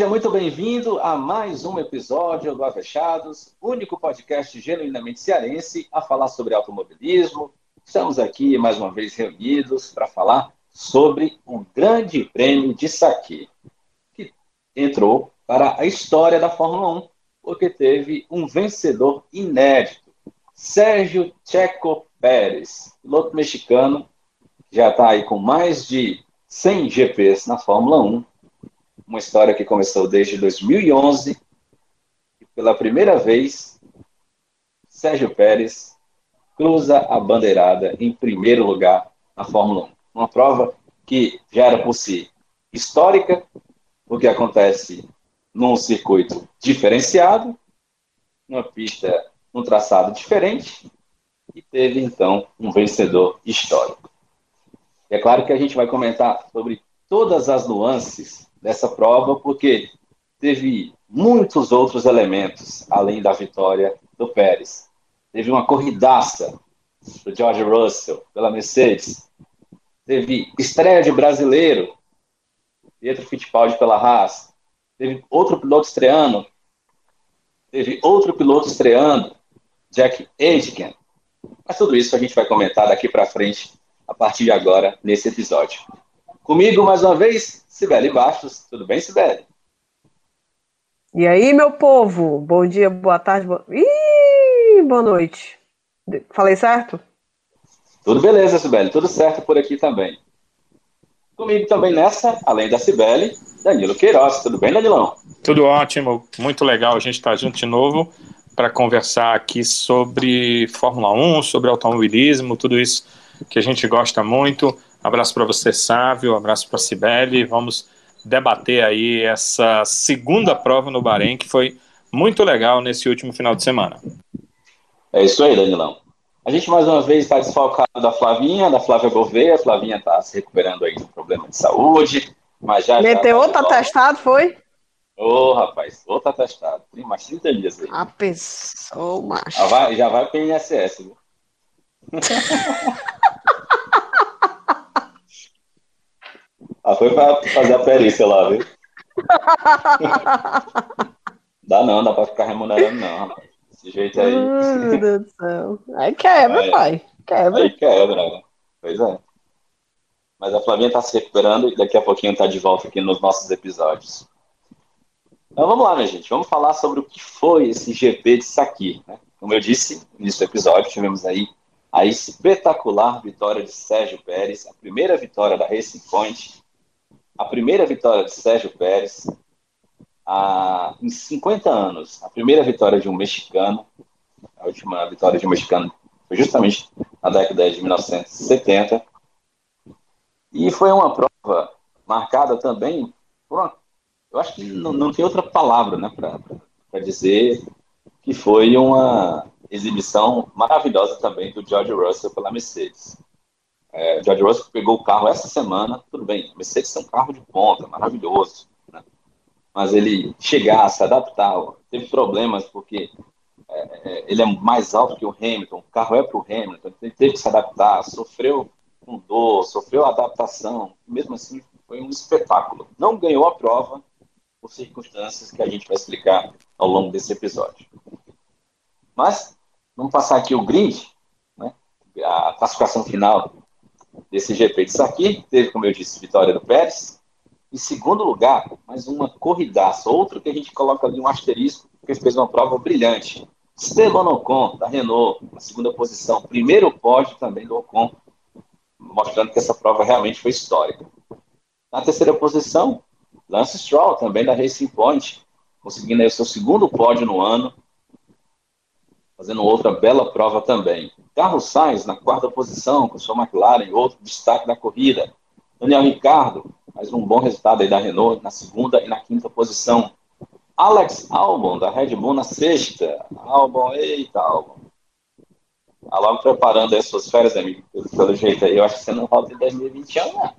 Seja muito bem-vindo a mais um episódio do Avechados, único podcast genuinamente cearense a falar sobre automobilismo. Estamos aqui mais uma vez reunidos para falar sobre o Grande Prêmio de Sakir, que entrou para a história da Fórmula 1, porque teve um vencedor inédito, Sérgio Checo Pérez, piloto mexicano, já está aí com mais de 100 GPs na Fórmula 1, uma história que começou desde 2011, e pela primeira vez, Sérgio Pérez cruza a bandeirada em primeiro lugar na Fórmula 1. Uma prova que já era por si histórica, porque acontece num circuito diferenciado, numa pista, num traçado diferente, e teve, então, um vencedor histórico. E é claro que a gente vai comentar sobre todas as nuances dessa prova, porque teve muitos outros elementos, além da vitória do Pérez. Teve uma corridaça do George Russell pela Mercedes. Teve estreia de brasileiro, Pietro Fittipaldi pela Haas. Teve outro piloto estreando. Jack Aitken. Mas tudo isso a gente vai comentar daqui para frente, a partir de agora, nesse episódio. Comigo, mais uma vez, Cibele Bastos. Tudo bem, Cibele? E aí, meu povo? Bom dia, boa tarde, boa noite. Falei certo? Tudo beleza, Cibele. Tudo certo por aqui também. Comigo também nessa, além da Cibele, Danilo Queiroz. Tudo bem, Danilão? Tudo ótimo, muito legal a gente estar junto de novo para conversar aqui sobre Fórmula 1, sobre automobilismo, tudo isso que a gente gosta muito. Abraço para você, Sávio, abraço para a Cibele. Vamos debater aí essa segunda prova no Bahrein, que foi muito legal nesse último final de semana. É isso aí, Danilão. A gente mais uma vez está desfalcado da Flávia Gouveia. A Flavinha está se recuperando aí de um problema de saúde, mas já Meteu tá outro atestado, foi? Ô, rapaz, outro atestado. Tem mais 30 dias aí. A pessoa, macho. Já vai para o INSS, viu? Foi para fazer a perícia lá, viu? Dá para ficar remunerando não, rapaz. Desse jeito aí. Meu Deus do céu. Aí quebra, pai. Quebra. Aí quebra, né? Pois é. Mas a Flavinha está se recuperando e daqui a pouquinho está de volta aqui nos nossos episódios. Então vamos lá, minha gente. Vamos falar sobre o que foi esse GP de Sakir, né? Como eu disse no início do episódio, tivemos aí a espetacular vitória de Sérgio Pérez, a primeira vitória da Racing Point, a primeira vitória de Sérgio Pérez em 50 anos, a primeira vitória de um mexicano. A última vitória de um mexicano foi justamente na década de 1970. E foi uma prova marcada também por uma... Eu acho que não tem outra palavra, né, para dizer que foi uma exibição maravilhosa também do George Russell pela Mercedes. George Russell pegou o carro essa semana, tudo bem, a Mercedes é um carro de ponta, maravilhoso, né? Mas ele chegar, se adaptar, teve problemas porque ele é mais alto que o Hamilton, o carro é para o Hamilton, ele teve que se adaptar, sofreu com dor, sofreu adaptação, mesmo assim foi um espetáculo. Não ganhou a prova por circunstâncias que a gente vai explicar ao longo desse episódio. Mas vamos passar aqui o grid, né? A classificação final desse GP de Sakir. Teve, como eu disse, vitória do Pérez. Em segundo lugar, mais uma corridaça, outro que a gente coloca ali um asterisco, porque fez uma prova brilhante. Esteban Ocon, da Renault, na segunda posição. Primeiro pódio também do Ocon, mostrando que essa prova realmente foi histórica. Na terceira posição, Lance Stroll, também da Racing Point, conseguindo aí o seu segundo pódio no ano, fazendo outra bela prova também. Carlos Sainz, na quarta posição, com sua McLaren, outro destaque da corrida. Daniel Ricciardo, mais um bom resultado aí da Renault, na segunda e na quinta posição. Alex Albon, da Red Bull, na sexta. Eita, Albon. Tá logo preparando aí as suas férias, amigo. Pelo jeito aí, eu acho que você não volta em 2021, né?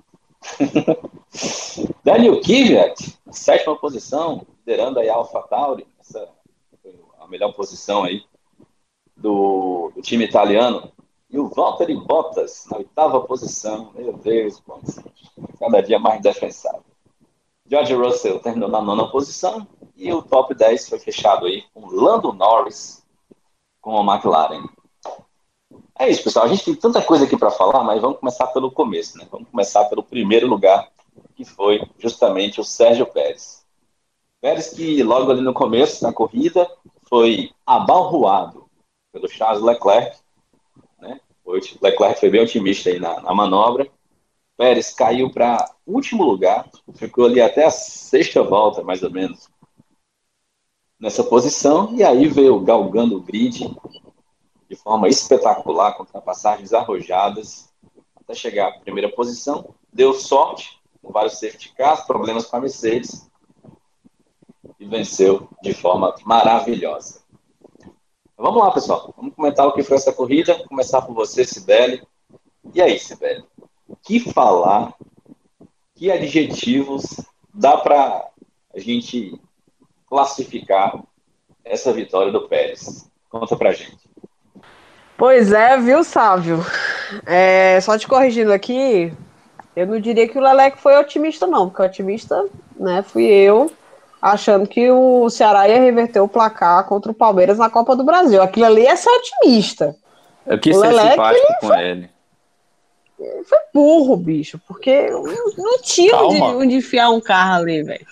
Daniel Kvyat, na sétima posição, liderando aí a AlphaTauri. Essa foi a melhor posição aí do time italiano. E o Valtteri Bottas, na oitava posição. Meu Deus, cada dia mais defensável. George Russell terminou na 9ª posição e o top 10 foi fechado aí com Lando Norris com a McLaren. É isso, pessoal. A gente tem tanta coisa aqui para falar, mas vamos começar pelo começo, né? Vamos começar pelo primeiro lugar, que foi justamente o Sérgio Pérez. Pérez que logo ali no começo da corrida foi abalroado pelo Charles Leclerc, né? O Leclerc foi bem otimista aí na manobra. Pérez caiu para último lugar, ficou ali até a 6ª volta, mais ou menos, nessa posição, e aí veio galgando o grid de forma espetacular, com ultrapassagens arrojadas, até chegar à primeira posição. Deu sorte, com vários safety cars, problemas com a Mercedes, e venceu de forma maravilhosa. Vamos lá, pessoal. Vamos comentar o que foi essa corrida. Vou começar por você, Sibeli. E aí, Sibeli? O que falar? Que adjetivos dá para a gente classificar essa vitória do Pérez? Conta pra gente. Pois é, viu, Sávio? Só te corrigindo aqui, eu não diria que o Leleque foi otimista, não, porque otimista, né, fui eu, achando que o Ceará ia reverter o placar contra o Palmeiras na Copa do Brasil. Aquilo ali é ser otimista. Eu quis O ser Leleque, simpático com ele. Foi burro, bicho, porque não tinha Calma. onde enfiar um carro ali, velho.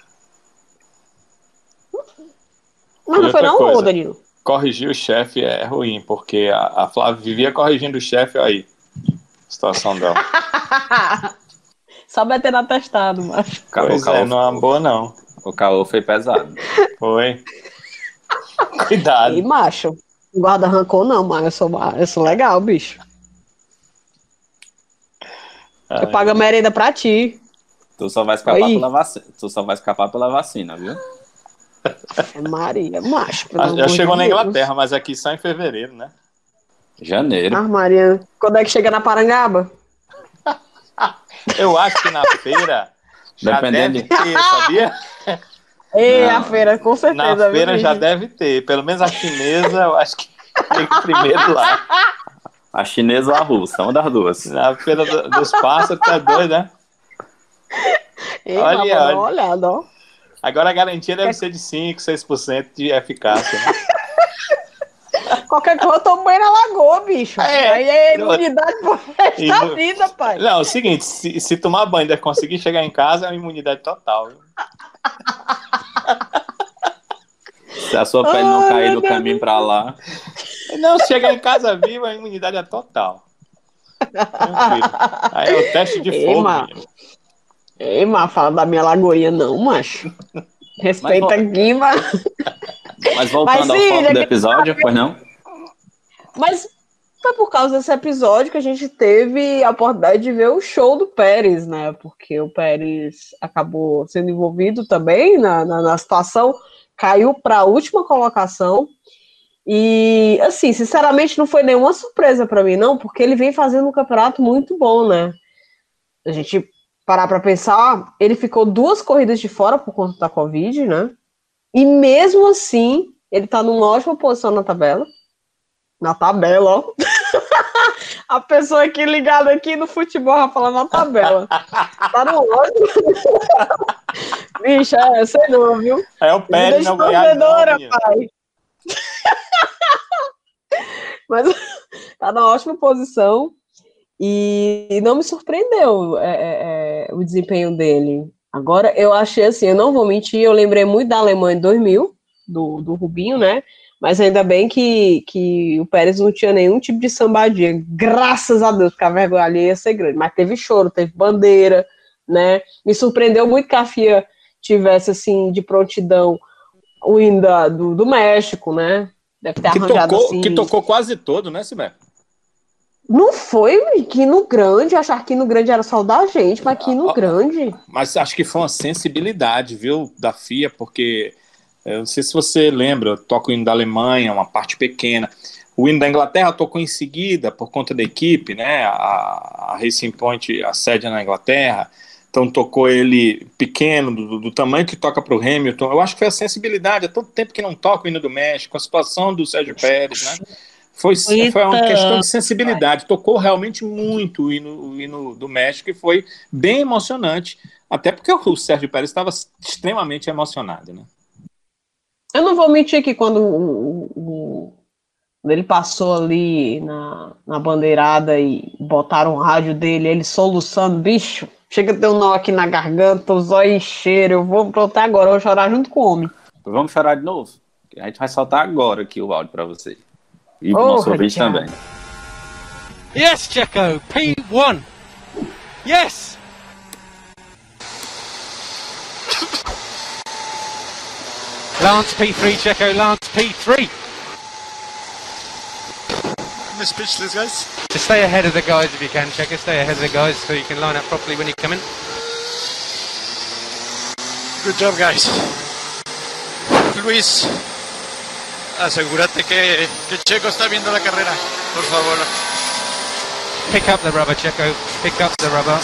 Mas E não foi outra não, coisa, Danilo? corrigir o chefe é ruim, porque a Flávia vivia corrigindo o chefe, aí, a situação dela. Só bater no atestado, macho. Pois é, não é uma boa, não. O caô foi pesado. Foi. Cuidado. Ei, macho, não guarda rancor não, mas eu sou legal, bicho. Eu pago a merenda pra ti. Tu só vai escapar pela vacina. Tu só vai escapar pela vacina, viu? Maria, macho. Já chegou na Inglaterra, mas aqui só em fevereiro, né? Janeiro. Ah, Maria, quando é que chega na Parangaba? Eu acho que na feira já deve ter, sabia? A feira, com certeza. Na feira já deve ter. Pelo menos a chinesa, eu acho que chega primeiro lá. A chinesa ou a russa, uma das duas. Na feira dos pássaros, tá doido, né? Olha, olhada, ó. Agora a garantia deve ser de 5, 6% de eficácia, né? Qualquer coisa eu tomo banho na lagoa, bicho. Aí é imunidade pro resto da vida, pai. Não, é o seguinte, se tomar banho e conseguir chegar em casa, é uma imunidade total. Viu? Se a sua pele não cair no caminho pra lá. Não, se chegar em casa vivo, a imunidade é total. Tranquilo. Aí é o teste de fogo, menino. Ei, mas fala da minha lagoinha não, macho. Respeita aqui, mas... Mas voltando ao foco do episódio, pois não? Mas foi por causa desse episódio que a gente teve a oportunidade de ver o show do Pérez, né? Porque o Pérez acabou sendo envolvido também na situação, caiu para a última colocação. E, assim, sinceramente, não foi nenhuma surpresa para mim, não, porque ele vem fazendo um campeonato muito bom, né? A gente parar para pensar, ele ficou 2 corridas de fora por conta da Covid, né? E mesmo assim, ele tá numa ótima posição na tabela. Na tabela, ó. A pessoa aqui ligada aqui no futebol vai falar na tabela. Tá no ótimo. Bicho, sei não, viu? É o Pérez, não ganhar não, pai. Mas tá na ótima posição. E não me surpreendeu o desempenho dele. Agora, eu achei assim, eu não vou mentir, eu lembrei muito da Alemanha em 2000, do Rubinho, né? Mas ainda bem que o Pérez não tinha nenhum tipo de sambadinha. Graças a Deus, porque a vergonha ali ia ser grande. Mas teve choro, teve bandeira, né? Me surpreendeu muito que a FIA tivesse, assim, de prontidão o hino do México, né? Deve ter arranjado assim... Que tocou quase todo, né, Sibé? Não foi Quino Grande, achar que Quino Grande era só da gente, mas Quino Grande. Mas acho que foi uma sensibilidade, viu, da FIA, porque eu não sei se você lembra, toca o hino da Alemanha, uma parte pequena. O hino da Inglaterra tocou em seguida por conta da equipe, né? A Racing Point, a sede é na Inglaterra, então tocou ele pequeno, do tamanho que toca para o Hamilton. Eu acho que foi a sensibilidade, há tanto tempo que não toca o hino do México, a situação do Sérgio Pérez, né? Foi uma questão de sensibilidade, tocou realmente muito o hino do México e foi bem emocionante, até porque o Sérgio Pérez estava extremamente emocionado, né? Eu não vou mentir que quando ele passou ali na bandeirada e botaram o rádio dele, ele soluçando, bicho, chega a ter um nó aqui na garganta, os olhos encheram, eu vou voltar agora, eu vou chorar junto com o homem. Vamos chorar de novo? A gente vai soltar agora aqui o áudio para você. E pro nosso ouvinte também. Yes, Checo, P1. Yes! Lance P3, Checo, Lance P3. I'm speechless, guys. Just stay ahead of the guys if you can, Checo. Stay ahead of the guys so you can line up properly when you come in. Good job, guys. Luis, asegúrate que Checo está viendo la carrera, por favor. Pick up the rubber, Checo. Pick up the rubber.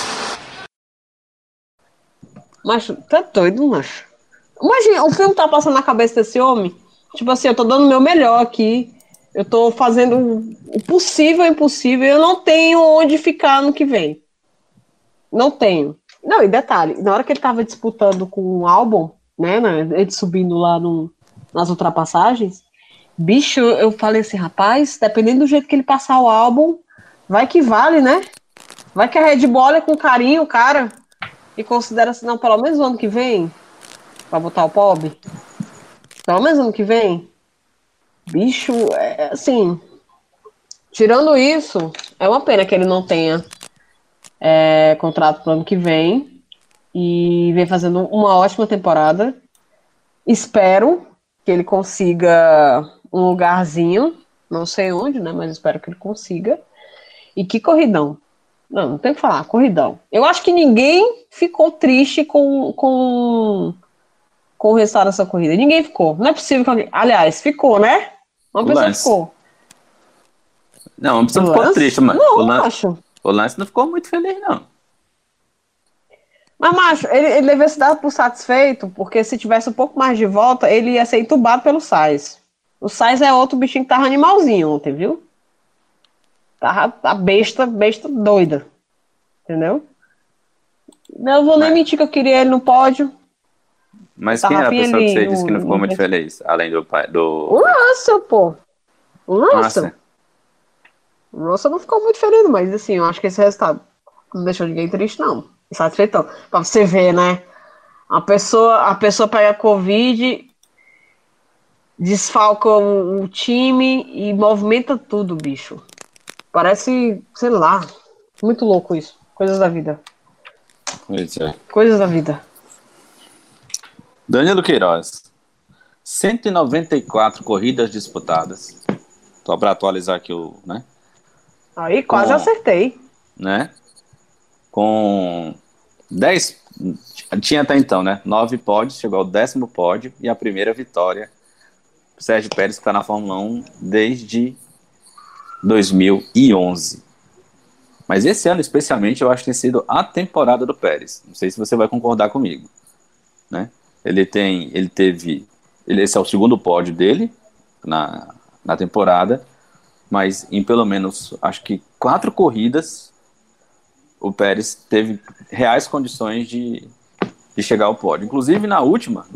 Macho, tá doido, macho. Imagina, o filme tá passando na cabeça desse homem. Tipo assim, eu tô dando o meu melhor aqui. Eu tô fazendo o possível e o impossível. Eu não tenho onde ficar no que vem. Não tenho. Não, e detalhe, na hora que ele tava disputando com o álbum, né, ele subindo lá nas ultrapassagens, bicho, eu falei assim, rapaz, dependendo do jeito que ele passar o álbum, vai que vale, né? Vai que a Red Bull olha com carinho, cara, e considera assim, não, pelo menos o ano que vem, pra botar o pobre, pelo menos ano que vem, bicho, assim, tirando isso, é uma pena que ele não tenha contrato pro ano que vem, e vem fazendo uma ótima temporada. Espero que ele consiga um lugarzinho, não sei onde, né, mas espero que ele consiga. E que corridão. Não tem o que falar, corridão. Eu acho que ninguém ficou triste com o resultado dessa corrida. Ninguém ficou. Não é possível que alguém... Aliás, ficou, né? Uma pessoa ficou. Não, uma pessoa ficou triste, mas não, acho. O Lance não ficou muito feliz, não. Mas, macho, ele devia se dar por satisfeito, porque se tivesse um pouco mais de volta, ele ia ser entubado pelo Sainz. O Sainz é outro bichinho que tava animalzinho ontem, viu? Tava a besta doida. Entendeu? Não vou nem mentir que eu queria ele no pódio. Mas quem era a pessoa que você disse que não ficou muito feliz? Além do pai do. O Russell, pô. O Russell. O Russell não ficou muito feliz, mas assim, eu acho que esse resultado não deixou ninguém triste, não. Satisfeitão. Pra você ver, né? A pessoa pega Covid, desfalca o time e movimenta tudo, bicho. Parece, sei lá, muito louco isso. Coisas da vida. Coisas da vida. Danilo Queiroz. 194 corridas disputadas. Só para atualizar aqui o, né? Aí quase acertei. Né? Com 10, tinha até então, né? 9 pódios, chegou ao 10º pódio e a primeira vitória. Sérgio Pérez, que está na Fórmula 1 desde 2011. Mas esse ano, especialmente, eu acho que tem sido a temporada do Pérez. Não sei se você vai concordar comigo, né? Esse é o segundo pódio dele na temporada, mas em pelo menos, acho que 4 corridas, o Pérez teve reais condições de chegar ao pódio. Inclusive, na última,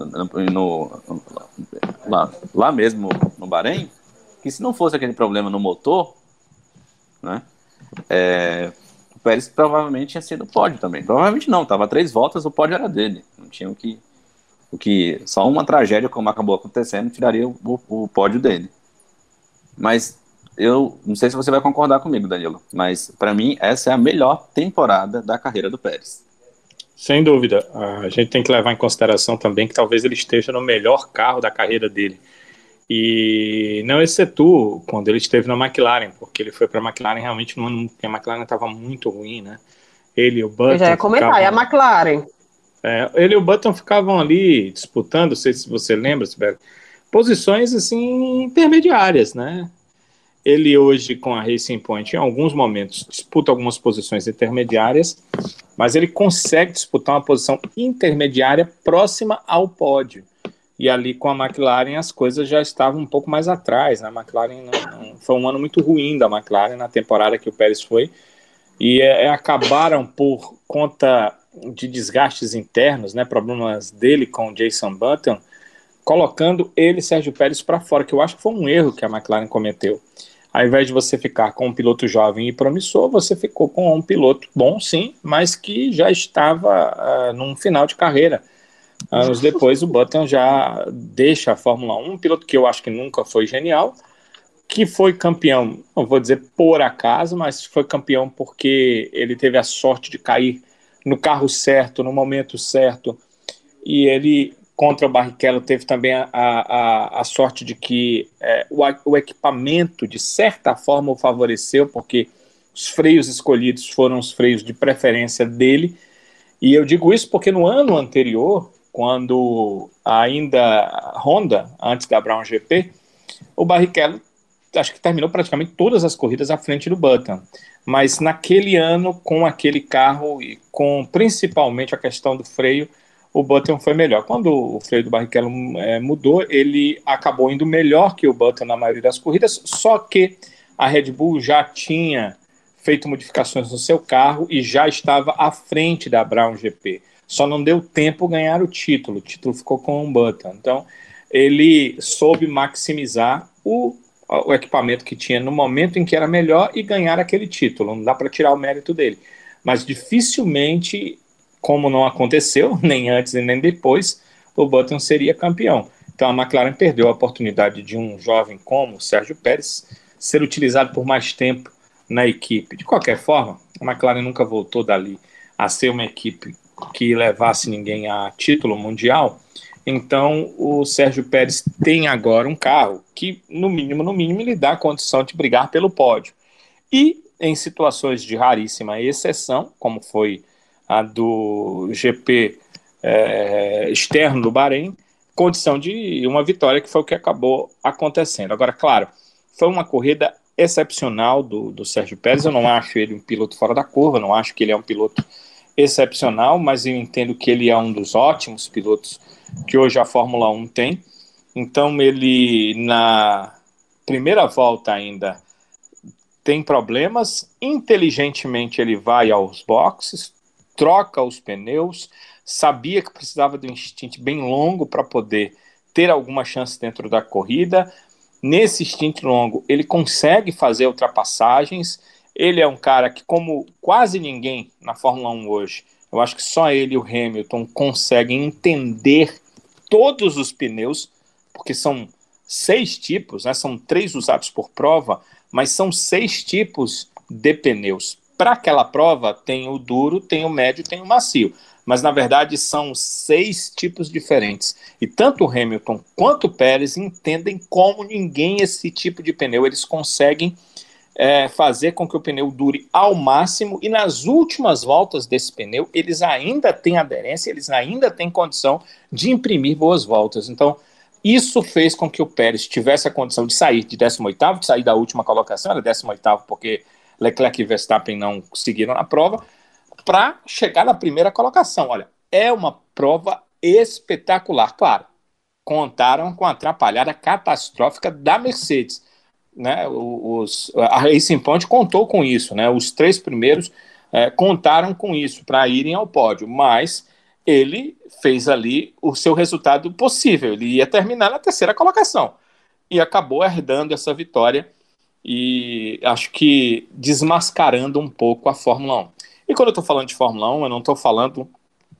lá mesmo no Bahrein, que se não fosse aquele problema no motor, né, o Pérez provavelmente tinha sido pódio também. Provavelmente não, estava 3 voltas, o pódio era dele. Não tinha o que só uma tragédia, como acabou acontecendo, tiraria o pódio dele. Mas eu não sei se você vai concordar comigo, Danilo, mas para mim essa é a melhor temporada da carreira do Pérez. Sem dúvida. A gente tem que levar em consideração também que talvez ele esteja no melhor carro da carreira dele. E não excetuou quando ele esteve na McLaren, porque ele foi para a McLaren realmente no ano que a McLaren estava muito ruim, né? Ele e o Button. Eu já ia comentar, e a McLaren? Ele e o Button ficavam ali disputando, não sei se você lembra, Sibeli, posições assim intermediárias, né? Ele hoje com a Racing Point, em alguns momentos, disputa algumas posições intermediárias, mas ele consegue disputar uma posição intermediária próxima ao pódio. e ali com a McLaren as coisas já estavam um pouco mais atrás, né? A McLaren foi um ano muito ruim da McLaren na temporada que o Pérez foi, e acabaram por conta de desgastes internos, né, problemas dele com o Jason Button, colocando ele, Sérgio Pérez, para fora, que eu acho que foi um erro que a McLaren cometeu. Ao invés de você ficar com um piloto jovem e promissor, você ficou com um piloto bom, sim, mas que já estava num final de carreira. Anos depois, o Button já deixa a Fórmula 1, um piloto que eu acho que nunca foi genial, que foi campeão, não vou dizer por acaso, mas foi campeão porque ele teve a sorte de cair no carro certo, no momento certo, e ele, contra o Barrichello, teve também a sorte de que o equipamento, de certa forma, o favoreceu, porque os freios escolhidos foram os freios de preferência dele, e eu digo isso porque no ano anterior, quando ainda Honda, antes da Brown GP, o Barrichello acho que terminou praticamente todas as corridas à frente do Button, mas naquele ano, com aquele carro e com principalmente a questão do freio, o Button foi melhor. Quando o freio do Barrichello mudou, ele acabou indo melhor que o Button na maioria das corridas, só que a Red Bull já tinha feito modificações no seu carro e já estava à frente da Brown GP. Só não deu tempo ganhar o título ficou com o Button. Então, ele soube maximizar o equipamento que tinha no momento em que era melhor e ganhar aquele título. Não dá para tirar o mérito dele. Mas dificilmente, como não aconteceu, nem antes e nem depois, o Button seria campeão. Então a McLaren perdeu a oportunidade de um jovem como o Sérgio Pérez ser utilizado por mais tempo na equipe. De qualquer forma, a McLaren nunca voltou dali a ser uma equipe que levasse ninguém a título mundial. Então, o Sérgio Pérez tem agora um carro que, no mínimo, lhe dá a condição de brigar pelo pódio. E, em situações de raríssima exceção, como foi a do GP externo do Bahrein, condição de uma vitória, que foi o que acabou acontecendo. Agora, claro, foi uma corrida excepcional do Sérgio Pérez. Eu não acho ele um piloto fora da curva, não acho que ele é um piloto excepcional, mas eu entendo que ele é um dos ótimos pilotos que hoje a Fórmula 1 tem. Então ele, na primeira volta ainda, tem problemas, inteligentemente ele vai aos boxes, troca os pneus, sabia que precisava de um stint bem longo para poder ter alguma chance dentro da corrida. Nesse stint longo ele consegue fazer ultrapassagens. Ele é um cara que, como quase ninguém na Fórmula 1 hoje, eu acho que só ele e o Hamilton conseguem entender todos os pneus, porque são 6 tipos, né? São 3 usados por prova, mas são 6 tipos de pneus. Para aquela prova tem o duro, tem o médio, tem o macio, mas na verdade são 6 tipos diferentes. E tanto o Hamilton quanto o Pérez entendem como ninguém esse tipo de pneu. Eles conseguem fazer com que o pneu dure ao máximo, e nas últimas voltas desse pneu eles ainda têm aderência, eles ainda têm condição de imprimir boas voltas. Então isso fez com que o Pérez tivesse a condição de sair de 18º, de sair da última colocação, era 18º porque Leclerc e Verstappen não conseguiram na prova, para chegar na primeira colocação. Olha, é uma prova espetacular. Claro, contaram com a atrapalhada catastrófica da Mercedes, né? A Racing Point contou com isso, né? Os 3 primeiros contaram com isso para irem ao pódio, mas ele fez ali o seu resultado possível. Ele ia terminar na 3ª colocação e acabou herdando essa vitória, e acho que desmascarando um pouco a Fórmula 1. E quando eu estou falando de Fórmula 1, eu não estou falando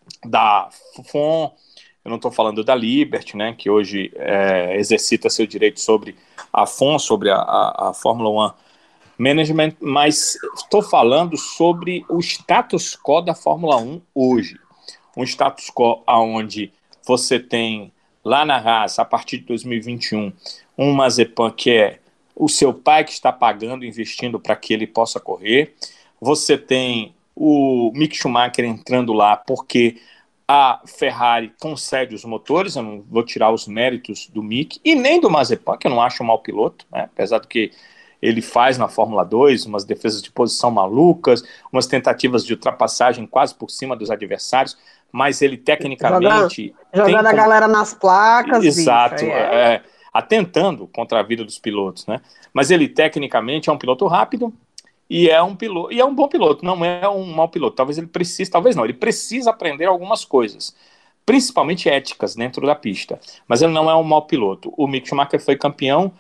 da FOM, eu não estou falando da Liberty, né, que hoje exercita seu direito sobre a FOM, sobre a Fórmula 1 Management, mas estou falando sobre o status quo da Fórmula 1 hoje. Um status quo onde você tem lá na Haas, a partir de 2021, um Mazepin que é o seu pai que está pagando, investindo para que ele possa correr. Você tem o Mick Schumacher entrando lá porque a Ferrari concede os motores. Eu não vou tirar os méritos do Mick e nem do Mazepin, que eu não acho um mau piloto, né? Apesar do que ele faz na Fórmula 2, umas defesas de posição malucas, umas tentativas de ultrapassagem quase por cima dos adversários, mas ele tecnicamente... Jogando a galera nas placas. Exato, bicho, atentando contra a vida dos pilotos, né? Mas ele tecnicamente é um piloto rápido e é um bom piloto, não é um mau piloto. Ele precisa aprender algumas coisas, principalmente éticas dentro da pista, mas ele não é um mau piloto. O Mick Schumacher foi campeão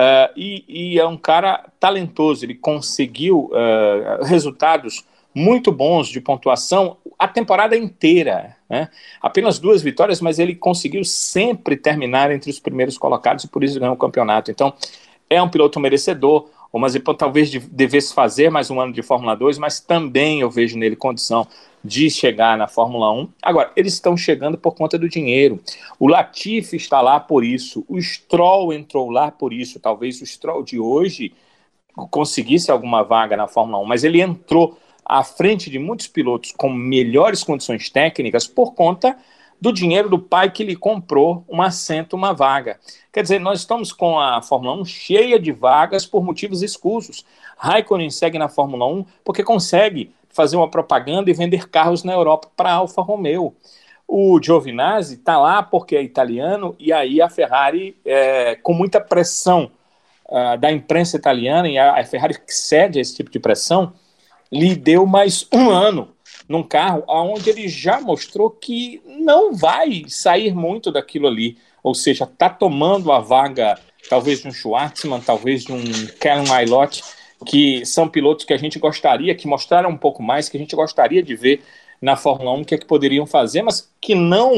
e é um cara talentoso, ele conseguiu resultados muito bons de pontuação a temporada inteira, né? Apenas 2 vitórias, mas ele conseguiu sempre terminar entre os primeiros colocados e por isso ganhou o campeonato. Então, é um piloto merecedor. O Mazepin talvez devesse fazer mais um ano de Fórmula 2, mas também eu vejo nele condição de chegar na Fórmula 1. Agora, eles estão chegando por conta do dinheiro. O Latifi está lá por isso, o Stroll entrou lá por isso. Talvez o Stroll de hoje conseguisse alguma vaga na Fórmula 1, mas ele entrou à frente de muitos pilotos com melhores condições técnicas por conta do dinheiro do pai que lhe comprou um assento, uma vaga. Quer dizer, nós estamos com a Fórmula 1 cheia de vagas por motivos escusos. Raikkonen segue na Fórmula 1 porque consegue fazer uma propaganda e vender carros na Europa para a Alfa Romeo. O Giovinazzi está lá porque é italiano e aí a Ferrari, com muita pressão da imprensa italiana, e a Ferrari cede a esse tipo de pressão, lhe deu mais um ano num carro onde ele já mostrou que não vai sair muito daquilo ali, ou seja, está tomando a vaga talvez de um Schwartzman, talvez de um Kevin Mailot, que são pilotos que a gente gostaria, que mostraram um pouco mais, que a gente gostaria de ver na Fórmula 1, o que é que poderiam fazer, mas que não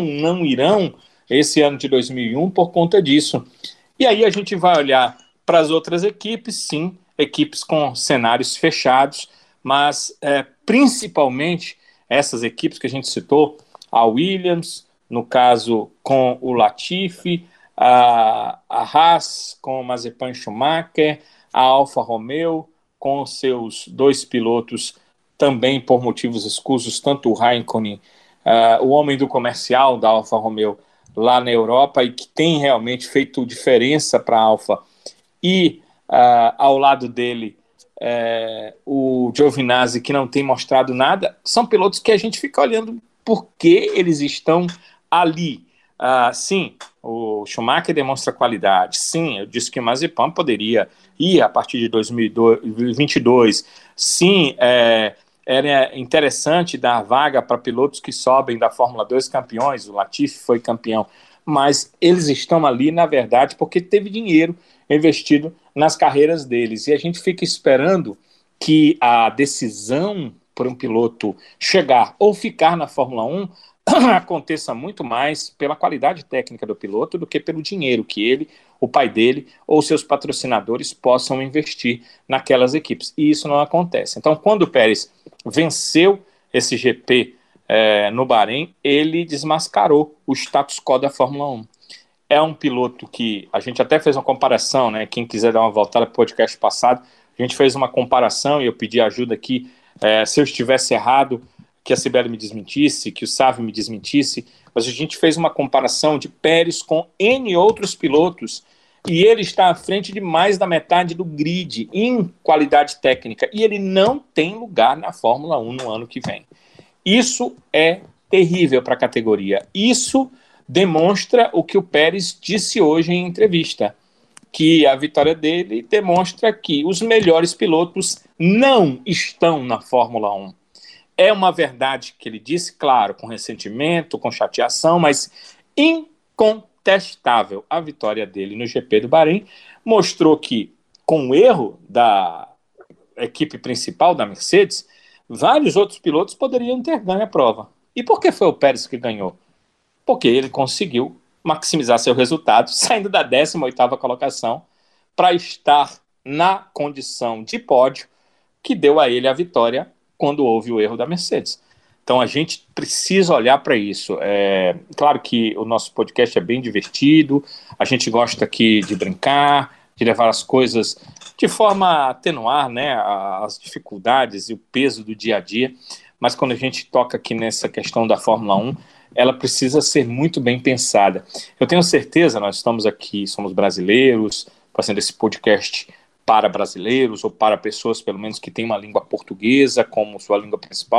irão esse ano de 2001 por conta disso. E aí a gente vai olhar para as outras equipes, sim, equipes com cenários fechados, mas principalmente essas equipes que a gente citou, a Williams, no caso com o Latifi, a Haas com o Mazepin Schumacher, a Alfa Romeo com seus 2 pilotos também por motivos escusos, tanto o Raikkonen, o homem do comercial da Alfa Romeo lá na Europa e que tem realmente feito diferença para a Alfa, e ao lado dele o Giovinazzi, que não tem mostrado nada. São pilotos que a gente fica olhando por que eles estão ali. Sim, o Schumacher demonstra qualidade. Sim, eu disse que o Mazepin poderia ir a partir de 2022. Sim, era interessante dar vaga para pilotos que sobem da Fórmula 2 campeões. O Latifi foi campeão, mas eles estão ali, na verdade, porque teve dinheiro investido nas carreiras deles, e a gente fica esperando que a decisão por um piloto chegar ou ficar na Fórmula 1 aconteça muito mais pela qualidade técnica do piloto do que pelo dinheiro que ele, o pai dele ou seus patrocinadores possam investir naquelas equipes, e isso não acontece. Então, quando o Pérez venceu esse GP no Bahrein, ele desmascarou o status quo da Fórmula 1. É um piloto que a gente até fez uma comparação, né? Quem quiser dar uma voltada para o podcast passado, a gente fez uma comparação e eu pedi ajuda aqui, se eu estivesse errado, que a Sibeli me desmentisse, que o Sávio me desmentisse, mas a gente fez uma comparação de Pérez com N outros pilotos e ele está à frente de mais da metade do grid em qualidade técnica e ele não tem lugar na Fórmula 1 no ano que vem. Isso é terrível para a categoria. Isso demonstra o que o Pérez disse hoje em entrevista, que a vitória dele demonstra que os melhores pilotos não estão na Fórmula 1. É uma verdade que ele disse, claro, com ressentimento, com chateação, mas incontestável. A vitória dele no GP do Bahrein mostrou que, com o erro da equipe principal da Mercedes, vários outros pilotos poderiam ter ganho a prova. E por que foi o Pérez que ganhou? Porque ele conseguiu maximizar seu resultado, saindo da 18ª colocação para estar na condição de pódio que deu a ele a vitória quando houve o erro da Mercedes. Então a gente precisa olhar para isso. Claro que o nosso podcast é bem divertido, a gente gosta aqui de brincar, de levar as coisas de forma a atenuar, né, as dificuldades e o peso do dia a dia, mas quando a gente toca aqui nessa questão da Fórmula 1, ela precisa ser muito bem pensada. Eu tenho certeza, nós estamos aqui, somos brasileiros, fazendo esse podcast para brasileiros, ou para pessoas, pelo menos, que têm uma língua portuguesa como sua língua principal,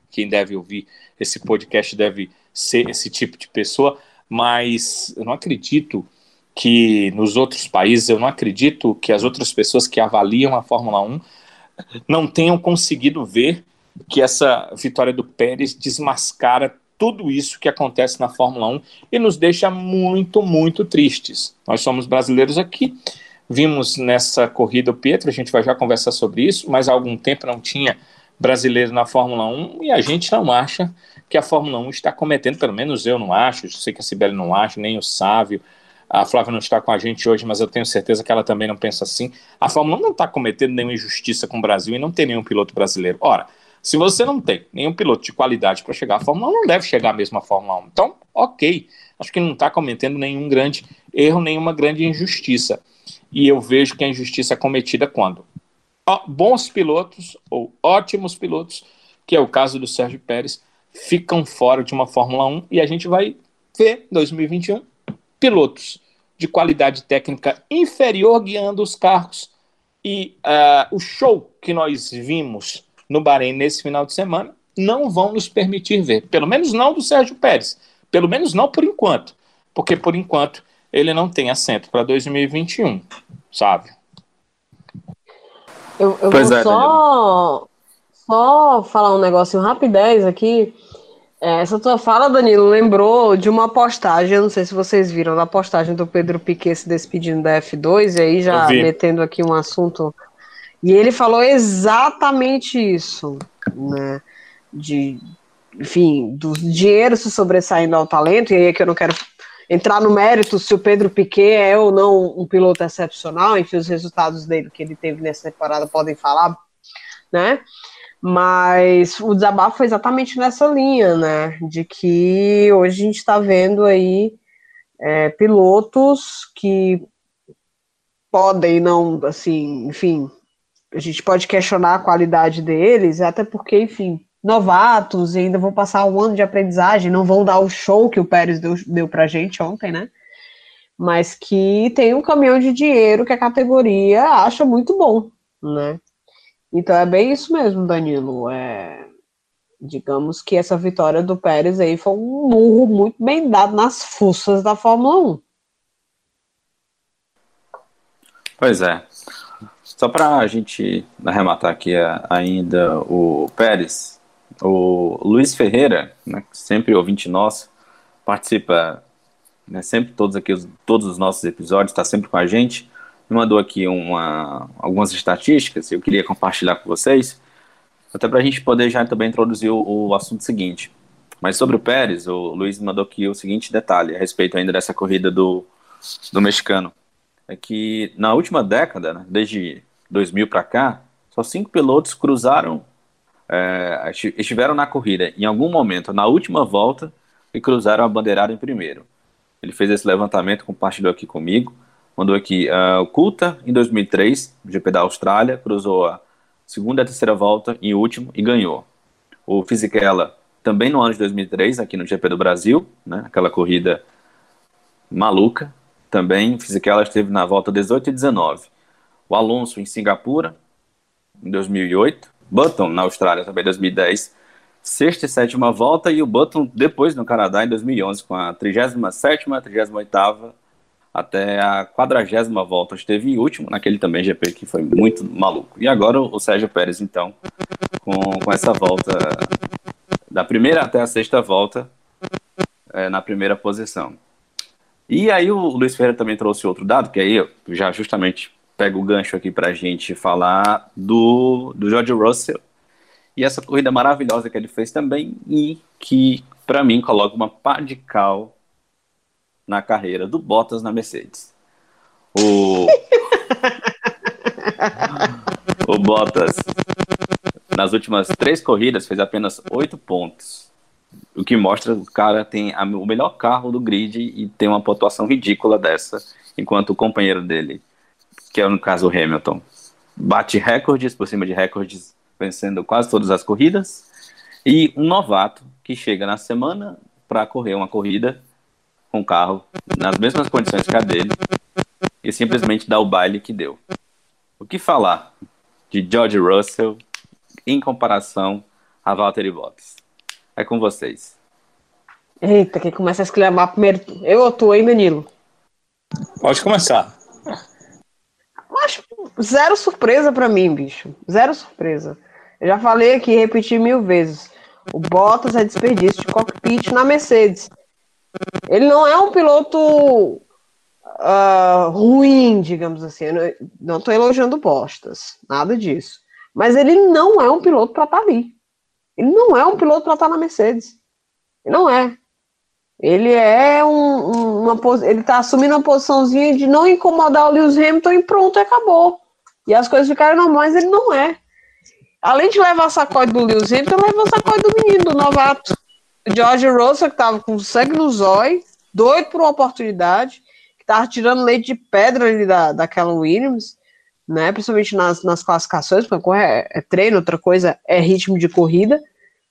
quem deve ouvir esse podcast deve ser esse tipo de pessoa, mas eu não acredito que nos outros países, eu não acredito que as outras pessoas que avaliam a Fórmula 1 não tenham conseguido ver que essa vitória do Pérez desmascara tudo isso que acontece na Fórmula 1 e nos deixa muito, muito tristes. Nós somos brasileiros aqui, vimos nessa corrida o Pietro, a gente vai já conversar sobre isso, mas há algum tempo não tinha brasileiro na Fórmula 1 e a gente não acha que a Fórmula 1 está cometendo, pelo menos eu não acho, eu sei que a Cibele não acha, nem o Sávio, a Flávia não está com a gente hoje, mas eu tenho certeza que ela também não pensa assim. A Fórmula 1 não está cometendo nenhuma injustiça com o Brasil e não tem nenhum piloto brasileiro. Ora, se você não tem nenhum piloto de qualidade para chegar à Fórmula 1, não deve chegar mesmo à Fórmula 1. Então, ok, acho que não está cometendo nenhum grande erro, nenhuma grande injustiça. E eu vejo que a injustiça é cometida quando bons pilotos ou ótimos pilotos, que é o caso do Sérgio Pérez, ficam fora de uma Fórmula 1 e a gente vai ver, em 2021, pilotos de qualidade técnica inferior guiando os carros e o show que nós vimos no Bahrein nesse final de semana não vão nos permitir ver, pelo menos não do Sérgio Pérez, pelo menos não por enquanto, porque por enquanto ele não tem assento para 2021, sabe? Eu vou só falar um negocinho rapidez aqui. Essa tua fala, Danilo, lembrou de uma postagem, eu não sei se vocês viram, da postagem do Pedro Piquet se despedindo da F2, e aí já metendo aqui um assunto, e ele falou exatamente isso, né, enfim, do dinheiro se sobressaindo ao talento, e aí é que eu não quero entrar no mérito se o Pedro Piquet é ou não um piloto excepcional, enfim, os resultados dele que ele teve nessa temporada podem falar, né, mas o desabafo foi exatamente nessa linha, né, de que hoje a gente está vendo aí pilotos que podem não, assim, enfim, a gente pode questionar a qualidade deles, até porque, enfim, novatos e ainda vão passar um ano de aprendizagem, não vão dar o show que o Pérez deu pra gente ontem, né, mas que tem um caminhão de dinheiro que a categoria acha muito bom, né. Então é bem isso mesmo, Danilo. Digamos que essa vitória do Pérez aí foi um murro muito bem dado nas fuças da Fórmula 1. Pois é. Só para a gente arrematar aqui ainda o Pérez, o Luiz Ferreira, né, sempre ouvinte nosso, participa, né, sempre todos os nossos episódios, está sempre com a gente, me mandou aqui algumas estatísticas, eu queria compartilhar com vocês, até para a gente poder já também introduzir o assunto seguinte. Mas sobre o Pérez, o Luiz mandou aqui o seguinte detalhe, a respeito ainda dessa corrida do mexicano, é que na última década, né, desde 2000 para cá, só 5 pilotos estiveram na corrida em algum momento, na última volta, e cruzaram a bandeirada em primeiro. Ele fez esse levantamento, compartilhou aqui comigo, mandou aqui o Coulthard em 2003, no GP da Austrália, cruzou a segunda e a terceira volta em último e ganhou. O Fisichella também no ano de 2003, aqui no GP do Brasil, né, aquela corrida maluca, também o Fisichella esteve na volta 18 e 19. O Alonso em Singapura, em 2008, Button na Austrália também em 2010, sexta e sétima volta, e o Button depois no Canadá em 2011, com a 37ª, 38ª, até a 40ª volta, esteve em último, naquele também GP que foi muito maluco. E agora o Sérgio Pérez, então, com essa volta, da primeira até a sexta volta, na primeira posição. E aí o Luiz Ferreira também trouxe outro dado, que aí eu já justamente pego o gancho aqui pra gente falar do George Russell, e essa corrida maravilhosa que ele fez também, e que, pra mim, coloca uma pá de cal na carreira do Bottas na Mercedes. O Bottas, nas últimas 3 corridas, fez apenas 8 pontos. O que mostra que o cara tem o melhor carro do grid e tem uma pontuação ridícula dessa, enquanto o companheiro dele, que é no caso o Hamilton, bate recordes por cima de recordes, vencendo quase todas as corridas, e um novato que chega na semana para correr uma corrida com o carro nas mesmas condições que a dele e simplesmente dá o baile que deu. O que falar de George Russell em comparação a Valtteri Bottas. É com vocês. Eita, quem começa a exclamar primeiro? Eu ou tu, hein, Danilo? Pode começar. Acho zero surpresa pra mim, bicho. Zero surpresa. Eu já falei aqui, repeti 1000 vezes. O Bottas é desperdício de cockpit na Mercedes. Ele não é um piloto ruim, digamos assim. Eu não estou elogiando o Bottas, nada disso. Mas ele não é um piloto para estar ali. Ele não é um piloto para estar na Mercedes. Ele não é. Ele é ele está assumindo uma posiçãozinha de não incomodar o Lewis Hamilton e pronto, acabou. E as coisas ficaram normais, ele não é. Além de levar sacode do Lewis Hamilton, levou sacode do menino, do novato. George Russell, que estava com sangue no zóio, doido por uma oportunidade, que estava tirando leite de pedra ali daquela Williams, né? Principalmente nas classificações, porque é treino, outra coisa é ritmo de corrida.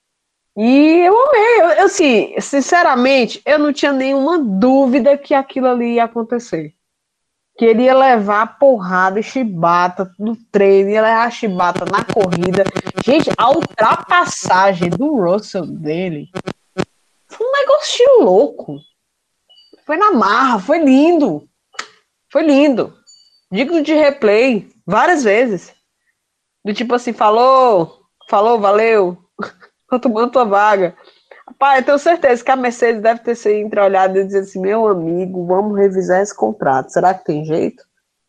E eu amei, assim, sinceramente, eu não tinha nenhuma dúvida que aquilo ali ia acontecer. Que ele ia levar porrada e chibata no treino, ia levar chibata na corrida. Gente, a ultrapassagem do Russell dele foi um negócio louco. Foi na marra, foi lindo. Foi lindo. Digno de replay, várias vezes. Do tipo assim, falou, valeu. Tô tomando tua vaga. Rapaz, eu tenho certeza que a Mercedes deve ter se entreolhado e dizer assim, meu amigo, vamos revisar esse contrato. Será que tem jeito?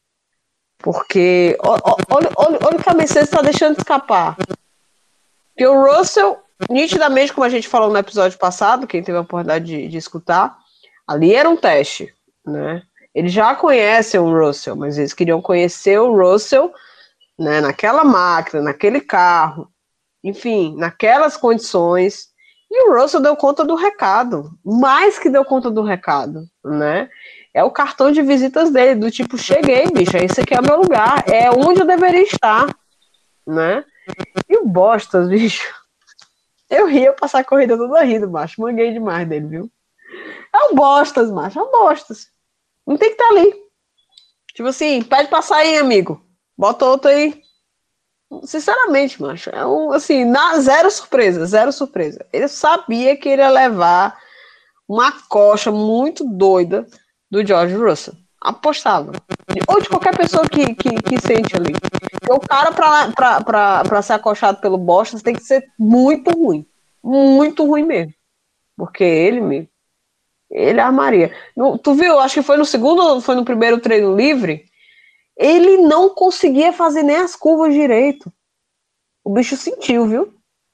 Porque olha o que a Mercedes está deixando de escapar. Porque o Russell, nitidamente, como a gente falou no episódio passado, quem teve a oportunidade de escutar, ali era um teste, né? Eles já conhecem o Russell, mas eles queriam conhecer o Russell, né, naquela máquina, naquele carro, enfim, naquelas condições. E o Russell deu conta do recado, mais que deu conta do recado, né? É o cartão de visitas dele, do tipo, cheguei, bicho, esse aqui é o meu lugar, é onde eu deveria estar, né? E o Bottas, bicho, eu ria passar a corrida toda rindo, macho, manguei demais dele, viu? É o Bottas, macho, é o Bottas. Não tem que estar ali. Tipo assim, pede pra sair, amigo. Bota outro aí. Sinceramente, macho, é assim, zero surpresa, zero surpresa. Ele sabia que ele ia levar uma coxa muito doida do George Russell. Apostava. Ou de qualquer pessoa que sente ali. Porque o cara, pra ser acochado pelo Bottas, tem que ser muito ruim. Muito ruim mesmo. Porque ele armaria. Tu viu, acho que foi no segundo ou foi no primeiro treino livre, ele não conseguia fazer nem as curvas direito. O bicho sentiu, viu?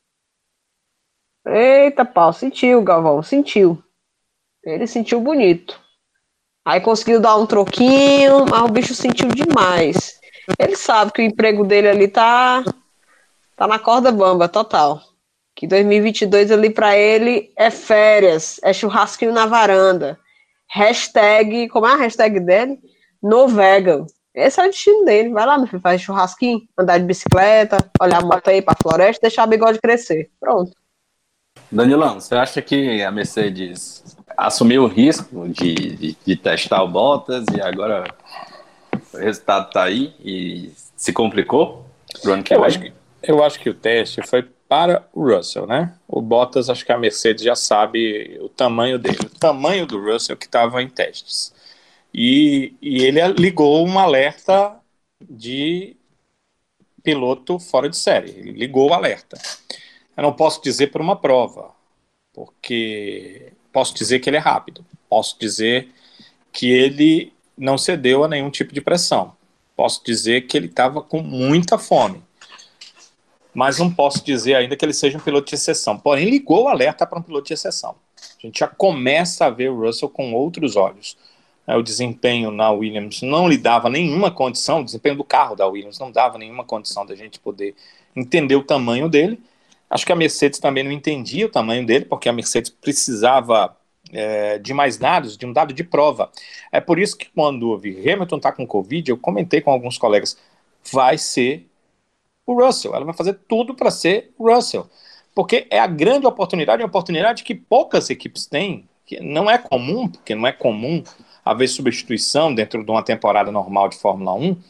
Eita pau, sentiu, Galvão, sentiu. Ele sentiu bonito. Aí conseguiu dar um troquinho, mas o bicho sentiu demais. Ele sabe que o emprego dele ali tá na corda bamba, total. Que 2022 ali pra ele é férias, é churrasquinho na varanda. Hashtag, como é a hashtag dele? No vegan. Esse é o destino dele. Vai lá, meu filho, faz churrasquinho, andar de bicicleta, olhar a moto aí pra floresta, deixar o bigode crescer. Pronto. Danilão, você acha que a Mercedes assumiu o risco de testar o Bottas e agora o resultado tá aí e se complicou pro ano que vem? Eu acho que o teste foi para o Russell, né? O Bottas, acho que a Mercedes já sabe o tamanho dele. O tamanho do Russell que estava em testes. E ele ligou um alerta de piloto fora de série. Ele ligou o alerta. Eu não posso dizer por uma prova, porque posso dizer que ele é rápido. Posso dizer que ele não cedeu a nenhum tipo de pressão. Posso dizer que ele estava com muita fome. Mas não posso dizer ainda que ele seja um piloto de exceção. Porém, ligou o alerta para um piloto de exceção. A gente já começa a ver o Russell com outros olhos. O desempenho na Williams não lhe dava nenhuma condição, o desempenho do carro da Williams não dava nenhuma condição da gente poder entender o tamanho dele. Acho que a Mercedes também não entendia o tamanho dele, porque a Mercedes precisava de mais dados, de um dado de prova. É por isso que quando eu vi Hamilton tá com Covid, eu comentei com alguns colegas, vai ser o Russell, ela vai fazer tudo para ser o Russell, porque é a grande oportunidade, uma oportunidade que poucas equipes têm, que não é comum, porque não é comum haver substituição dentro de uma temporada normal de Fórmula 1,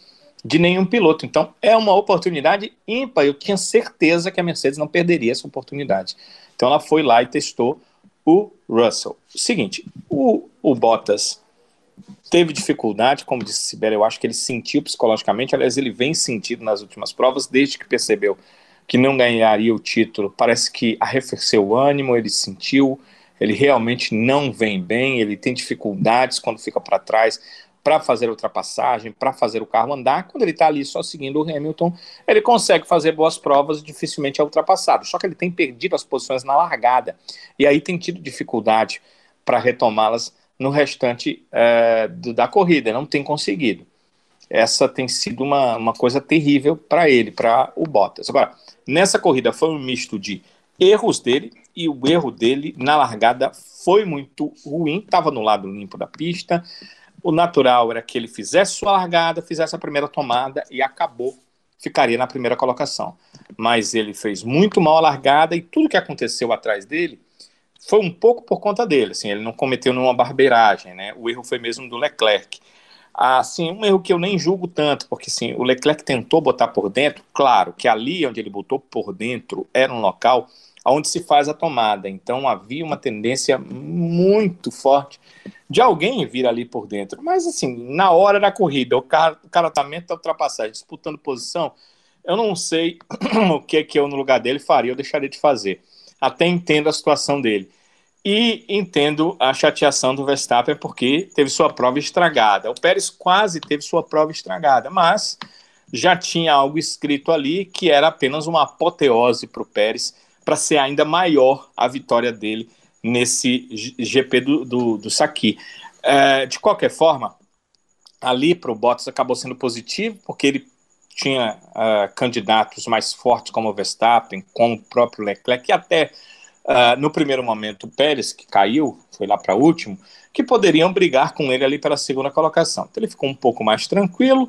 de nenhum piloto. Então, é uma oportunidade ímpar. Eu tinha certeza que a Mercedes não perderia essa oportunidade. Então, ela foi lá e testou o Russell. Seguinte, o Bottas teve dificuldade, como disse Sibeli, eu acho que ele sentiu psicologicamente, aliás, ele vem sentindo nas últimas provas, desde que percebeu que não ganharia o título, parece que arrefeceu o ânimo, ele sentiu, ele realmente não vem bem, ele tem dificuldades quando fica para trás, para fazer a ultrapassagem, para fazer o carro andar. Quando ele está ali só seguindo o Hamilton, ele consegue fazer boas provas e dificilmente é ultrapassado. Só que ele tem perdido as posições na largada e aí tem tido dificuldade para retomá-las no restante da corrida, não tem conseguido. Essa tem sido uma coisa terrível para ele, para o Bottas. Agora, nessa corrida foi um misto de erros dele, e o erro dele na largada foi muito ruim, estava no lado limpo da pista. O natural era que ele fizesse sua largada, fizesse a primeira tomada e acabou, ficaria na primeira colocação. Mas ele fez muito mal a largada e tudo que aconteceu atrás dele foi um pouco por conta dele. Assim, ele não cometeu nenhuma barbeiragem, né? O erro foi mesmo do Leclerc. Assim, um erro que eu nem julgo tanto, porque assim, o Leclerc tentou botar por dentro, claro que ali onde ele botou por dentro era um local onde se faz a tomada, então havia uma tendência muito forte de alguém vir ali por dentro, mas assim, na hora da corrida, o cara tá dentro da ultrapassagem, disputando posição, eu não sei o que eu no lugar dele faria, eu deixaria de fazer, até entendo a situação dele. E entendo a chateação do Verstappen porque teve sua prova estragada. O Pérez quase teve sua prova estragada, mas já tinha algo escrito ali que era apenas uma apoteose para o Pérez, para ser ainda maior a vitória dele nesse GP do Sakir. De qualquer forma, ali para o Bottas acabou sendo positivo, porque ele tinha candidatos mais fortes como o Verstappen, como o próprio Leclerc, e até no primeiro momento o Pérez, que caiu, foi lá para último, que poderiam brigar com ele ali pela segunda colocação. Então ele ficou um pouco mais tranquilo,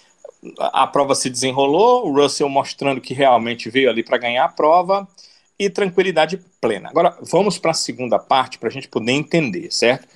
a prova se desenrolou, o Russell mostrando que realmente veio ali para ganhar a prova, e tranquilidade plena. Agora, vamos para a segunda parte, para a gente poder entender, certo?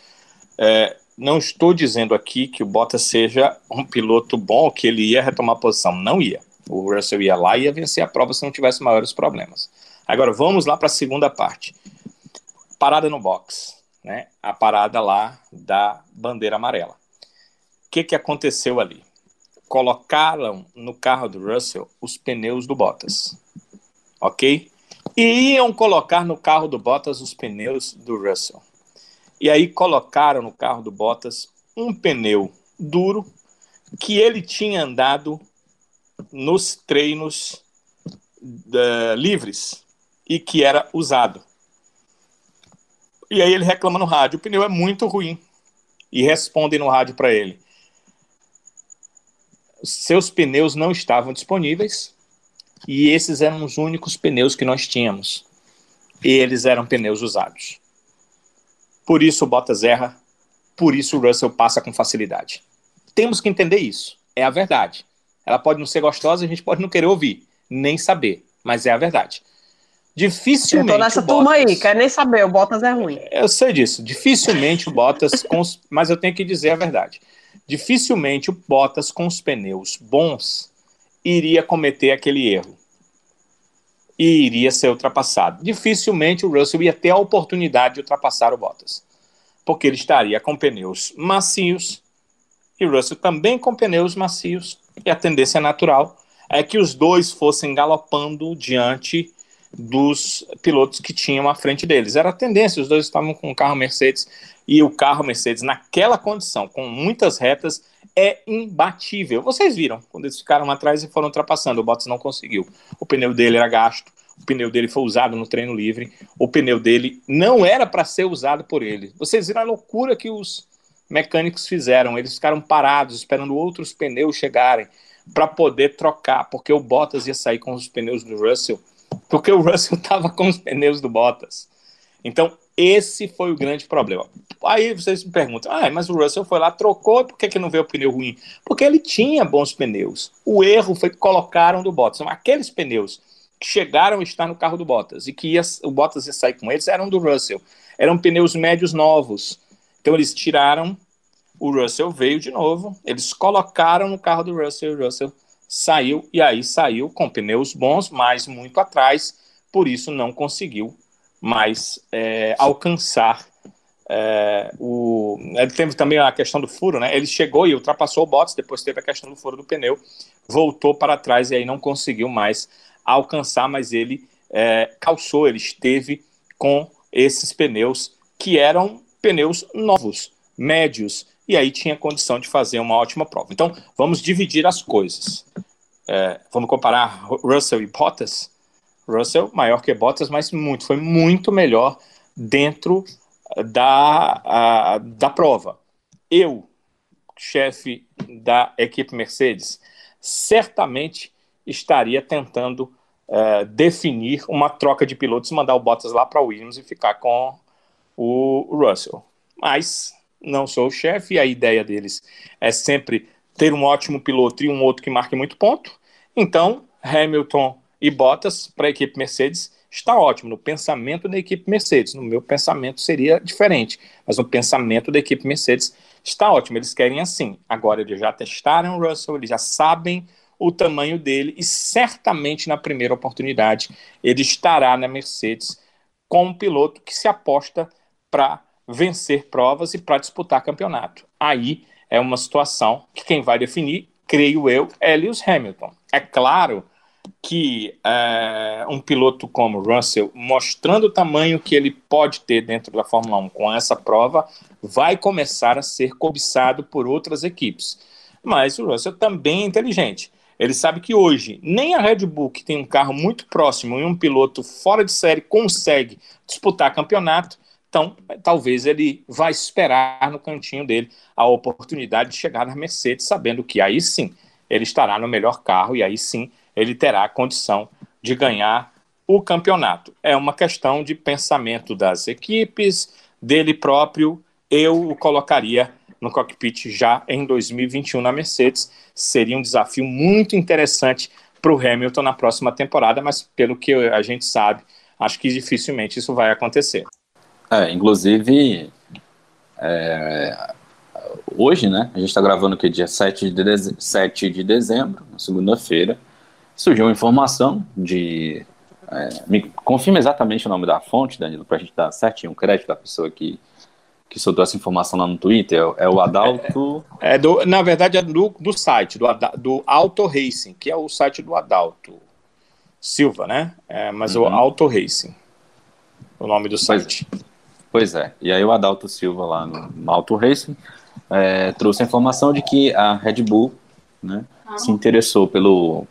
Não estou dizendo aqui que o Bottas seja um piloto bom, que ele ia retomar a posição. Não ia. O Russell ia lá e ia vencer a prova se não tivesse maiores problemas. Agora, vamos lá para a segunda parte. Parada no box, né? A parada lá da bandeira amarela. O que aconteceu ali? Colocaram no carro do Russell os pneus do Bottas. Ok? E iam colocar no carro do Bottas os pneus do Russell. E aí colocaram no carro do Bottas um pneu duro que ele tinha andado nos treinos livres e que era usado. E aí ele reclama no rádio, o pneu é muito ruim. E respondem no rádio para ele: seus pneus não estavam disponíveis e esses eram os únicos pneus que nós tínhamos. E eles eram pneus usados. Por isso o Bottas erra, por isso o Russell passa com facilidade. Temos que entender isso, é a verdade. Ela pode não ser gostosa, a gente pode não querer ouvir, nem saber, mas é a verdade. Dificilmente. Eu tô nessa turma aí, quero nem saber, o Bottas é ruim. Eu sei disso, dificilmente o Bottas, mas eu tenho que dizer a verdade. Dificilmente o Bottas com os pneus bons iria cometer aquele erro. E iria ser ultrapassado. Dificilmente o Russell ia ter a oportunidade de ultrapassar o Bottas. Porque ele estaria com pneus macios e o Russell também com pneus macios. E a tendência natural é que os dois fossem galopando diante dos pilotos que tinham à frente deles. Era a tendência, os dois estavam com o carro Mercedes e o carro Mercedes naquela condição, com muitas retas, é imbatível. Vocês viram, quando eles ficaram atrás e foram ultrapassando, o Bottas não conseguiu. O pneu dele era gasto, o pneu dele foi usado no treino livre, o pneu dele não era para ser usado por ele. Vocês viram a loucura que os mecânicos fizeram, eles ficaram parados, esperando outros pneus chegarem para poder trocar, porque o Bottas ia sair com os pneus do Russell, porque o Russell estava com os pneus do Bottas. Então, esse foi o grande problema. Aí vocês me perguntam, mas o Russell foi lá, trocou, por que não veio o pneu ruim? Porque ele tinha bons pneus. O erro foi que colocaram do Bottas. Então, aqueles pneus que chegaram a estar no carro do Bottas e que o Bottas ia sair com eles eram do Russell. Eram pneus médios novos. Então, eles tiraram o Russell veio de novo, eles colocaram no carro do Russell, o Russell saiu, e aí saiu com pneus bons, mas muito atrás, por isso não conseguiu mais alcançar ele teve também a questão do furo, né? Ele chegou e ultrapassou o Bottas, depois teve a questão do furo do pneu, voltou para trás e aí não conseguiu mais alcançar, mas ele calçou, ele esteve com esses pneus que eram pneus novos, médios, e aí tinha condição de fazer uma ótima prova. Então, vamos dividir as coisas. Vamos comparar Russell e Bottas. Russell, maior que Bottas, mas foi muito melhor dentro da prova. Eu, chefe da equipe Mercedes, certamente estaria tentando definir uma troca de pilotos, mandar o Bottas lá para o Williams e ficar com o Russell. Mas não sou o chefe e a ideia deles é sempre ter um ótimo piloto e um outro que marque muito ponto. Então, Hamilton e Bottas para a equipe Mercedes está ótimo, no pensamento da equipe Mercedes. No meu pensamento seria diferente, mas no pensamento da equipe Mercedes está ótimo, eles querem assim. Agora eles já testaram o Russell, eles já sabem o tamanho dele e certamente na primeira oportunidade ele estará na Mercedes como um piloto que se aposta para vencer provas e para disputar campeonato. Aí é uma situação que quem vai definir, creio eu, é Lewis Hamilton. É claro que um piloto como Russell, mostrando o tamanho que ele pode ter dentro da Fórmula 1 com essa prova, vai começar a ser cobiçado por outras equipes. Mas o Russell também é inteligente. Ele sabe que hoje nem a Red Bull, que tem um carro muito próximo e um piloto fora de série, consegue disputar campeonato. Então, talvez ele vai esperar no cantinho dele a oportunidade de chegar na Mercedes, sabendo que aí sim ele estará no melhor carro e aí sim ele terá a condição de ganhar o campeonato. É uma questão de pensamento das equipes, dele próprio. Eu o colocaria no cockpit já em 2021 na Mercedes. Seria um desafio muito interessante para o Hamilton na próxima temporada, mas pelo que a gente sabe, acho que dificilmente isso vai acontecer. Inclusive, hoje, né, a gente está gravando aqui dia 7 de dezembro, na segunda-feira, surgiu uma informação de... me confirma exatamente o nome da fonte, Danilo, para a gente dar certinho um crédito da pessoa que soltou essa informação lá no Twitter. É o Adalto... na verdade, é do site, do Auto Racing, que é o site do Adalto Silva, né? Mas o Auto Racing, o nome do site. Pois é. E aí o Adalto Silva lá no Auto Racing trouxe a informação de que a Red Bull, né, se interessou pelo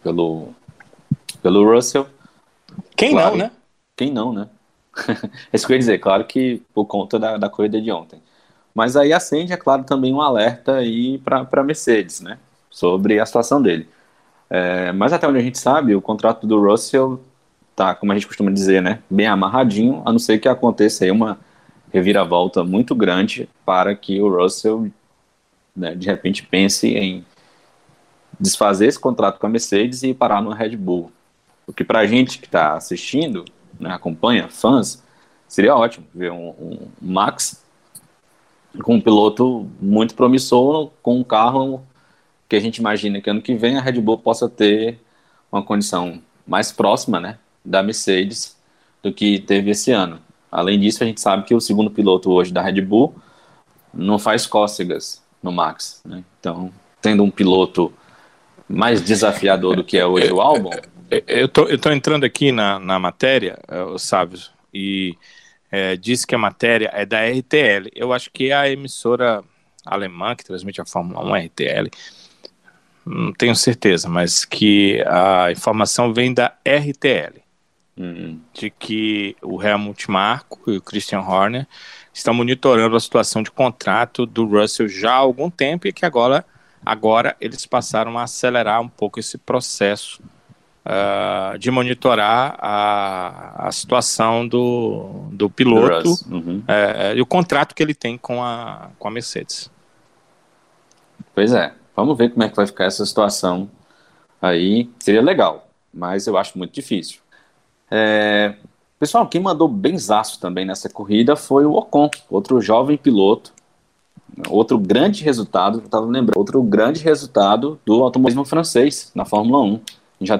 Russell. Quem não, né? Quem não, né? Isso que eu ia dizer, claro que por conta da corrida de ontem. Mas aí acende, é claro, também um alerta aí para a Mercedes, né? Sobre a situação dele. Mas até onde a gente sabe, o contrato do Russell tá, como a gente costuma dizer, né? Bem amarradinho, a não ser que aconteça aí uma reviravolta muito grande para que o Russell, né, de repente pense em desfazer esse contrato com a Mercedes e parar no Red Bull. O que pra gente que está assistindo, né, acompanha, fãs, seria ótimo ver um Max com um piloto muito promissor, com um carro que a gente imagina que ano que vem a Red Bull possa ter uma condição mais próxima, né, da Mercedes do que teve esse ano. Além disso, a gente sabe que o segundo piloto hoje da Red Bull não faz cócegas no Max, né? Então, tendo um piloto mais desafiador do que é hoje o Albon... Eu tô entrando aqui na matéria, Sávio, e diz que a matéria é da RTL. Eu acho que é a emissora alemã que transmite a Fórmula 1, RTL. Não tenho certeza, mas que a informação vem da RTL. De que o Helmut Marko e o Christian Horner estão monitorando a situação de contrato do Russell já há algum tempo e que agora eles passaram a acelerar um pouco esse processo de monitorar a situação do piloto e o contrato que ele tem com a Mercedes. Pois é, vamos ver como é que vai ficar essa situação aí. Seria legal, mas eu acho muito difícil. Pessoal, quem mandou benzaço também nessa corrida foi o Ocon, outro jovem piloto, outro grande resultado, eu estava lembrando, outro grande resultado do automobilismo francês na Fórmula 1. Já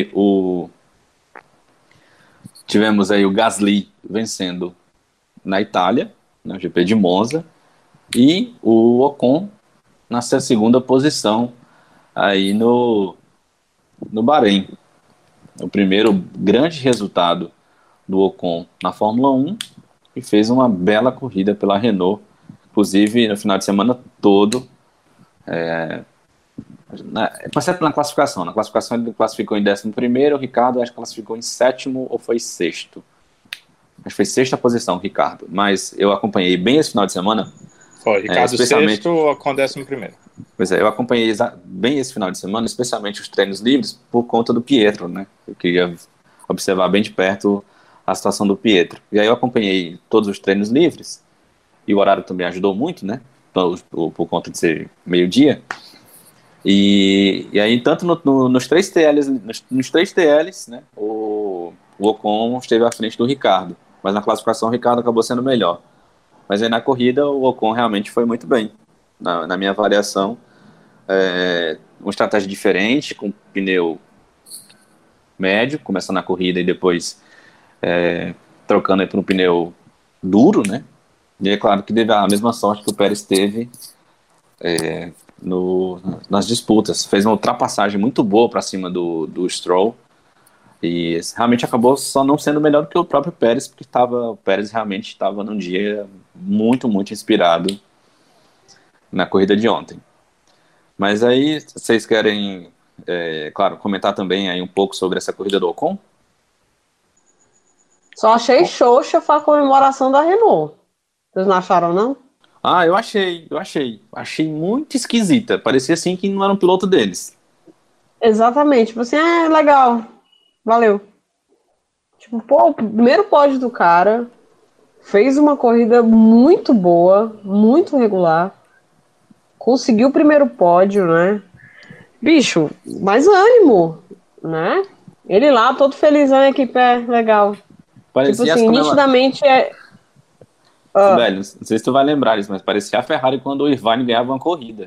tivemos aí o Gasly vencendo na Itália, no GP de Monza, e o Ocon na segunda posição aí no Bahrein. O primeiro grande resultado do Ocon na Fórmula 1 e fez uma bela corrida pela Renault, inclusive no final de semana todo, exceto na classificação. Na classificação ele classificou em 11º, o Ricardo acho que classificou em 7º ou foi 6º. Acho que foi 6ª posição, Ricardo. Mas eu acompanhei bem esse final de semana. Foi, Ricardo especialmente 6º com 11º. Pois é, eu acompanhei bem esse final de semana, especialmente os treinos livres, por conta do Pietro, né? Eu queria observar bem de perto a situação do Pietro. E aí eu acompanhei todos os treinos livres, e o horário também ajudou muito, né? Por conta de ser meio-dia. E aí, tanto nos três TLs, né? O Ocon esteve à frente do Ricardo, mas na classificação o Ricardo acabou sendo melhor. Mas aí na corrida o Ocon realmente foi muito bem. Na minha avaliação, uma estratégia diferente, com pneu médio, começando a corrida e depois trocando para um pneu duro, né? E é claro que teve a mesma sorte que o Pérez teve nas disputas. Fez uma ultrapassagem muito boa para cima do Stroll e realmente acabou só não sendo melhor do que o próprio Pérez, porque o Pérez realmente estava num dia muito, muito inspirado na corrida de ontem. Mas aí, vocês querem, claro, comentar também aí um pouco sobre essa corrida do Ocon? Só achei xoxa a comemoração da Renault. Vocês não acharam, não? Ah, eu achei muito esquisita. Parecia assim que não era um piloto deles. Exatamente, tipo assim, legal, valeu. Tipo, pô, o primeiro pódio do cara, fez uma corrida muito boa, muito regular, conseguiu o primeiro pódio, né? Bicho, mais ânimo, né? Ele lá, todo felizão, a equipe legal. Parecia tipo assim, nitidamente Velho, não sei se tu vai lembrar isso, mas parecia a Ferrari quando o Irvine ganhava uma corrida.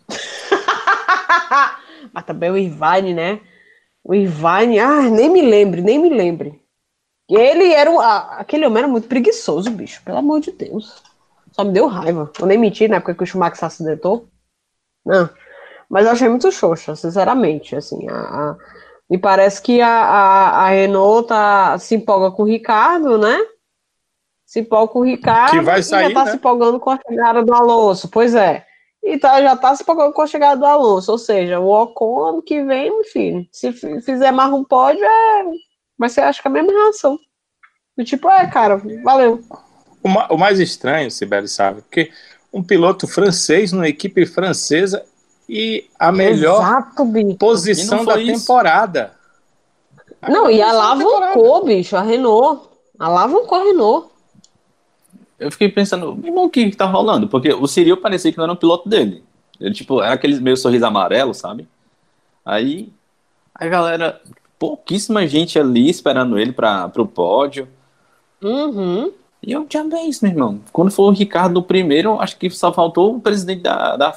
Mas também o Irvine, né? O Irvine, nem me lembre. Ele era aquele homem era muito preguiçoso, bicho, pelo amor de Deus. Só me deu raiva. Eu nem menti na época que o Schumacher se acidentou. Não. Mas eu achei muito xoxa, sinceramente, assim. Me parece que a Renault se empolga com o Ricardo, né? Se empolga com o Ricardo que vai sair, e já tá, né, se empolgando com a chegada do Alonso. Pois é. E já tá se empolgando com a chegada do Alonso. Ou seja, o Ocon, ano que vem, enfim, se fizer mais um pódio, vai ser, acho que, a mesma reação. Do tipo, cara, valeu. O mais estranho, Sibeli, sabe? Porque um piloto francês numa equipe francesa e a melhor posição da temporada. E alavancou, bicho, a Renault. Alavancou a Renault. Eu fiquei pensando, irmão, o que tá rolando? Porque o Cyril parecia que não era um piloto dele. Ele, tipo, era aquele meio sorriso amarelo, sabe? Aí a galera, pouquíssima gente ali esperando ele pro pódio. Uhum. E eu já bem isso, meu irmão. Quando for o Ricardo no primeiro, acho que só faltou o presidente da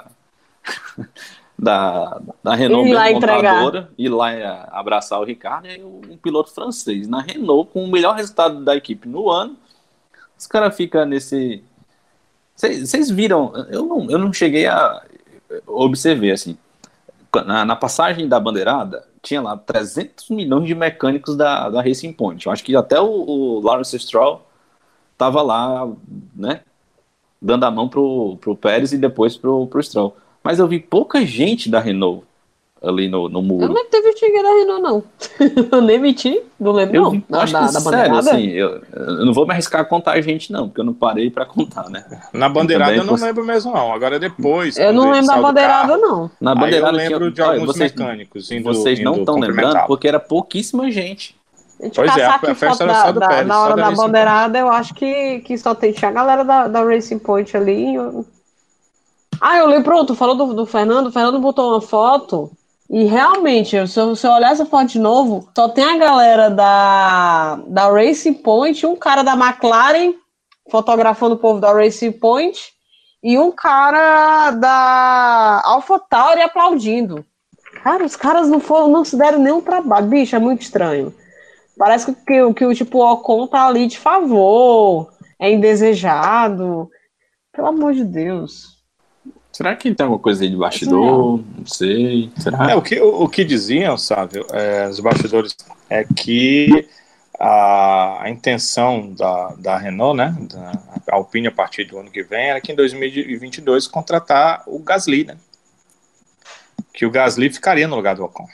Renault mesmo, montadora, ir lá abraçar o Ricardo, e um piloto francês na Renault, com o melhor resultado da equipe no ano. Os caras ficam nesse... Vocês viram? Eu não cheguei a observar, assim. Na passagem da bandeirada, tinha lá 300 milhões de mecânicos da Racing Point. Eu acho que até o Lawrence Stroll tava lá, né, dando a mão pro Pérez e depois pro Stroll. Mas eu vi pouca gente da Renault ali no muro. Eu não teve time da Renault, não. Eu nem menti, não lembro, não. Acho que, sério, assim, eu não vou me arriscar a contar a gente, não, porque eu não parei pra contar, né? Na bandeirada eu não lembro mesmo, não. Agora depois... Eu não lembro da bandeirada, não. Na bandeirada eu lembro de alguns mecânicos vocês não estão lembrando porque era pouquíssima gente. Pois é, a festa era só do Pérez. Na hora da bandeirada, eu acho que só tinha a galera da Racing Point ali. Eu lembro, pronto, falou do Fernando. O Fernando botou uma foto e realmente, se eu olhar essa foto de novo, só tem a galera da Racing Point, um cara da McLaren fotografando o povo da Racing Point e um cara da AlphaTauri aplaudindo. Cara, os caras não se deram nenhum trabalho. Bicho, é muito estranho. Parece que o tipo, o Ocon tá ali de favor, é indesejado. Pelo amor de Deus. Será que tem alguma coisa aí de Isso é bastidor? Não sei. Será? O que diziam, sabe, os bastidores, é que a intenção da Renault, né, da Alpine a partir do ano que vem, era que em 2022 contratar o Gasly, né? Que o Gasly ficaria no lugar do Ocon.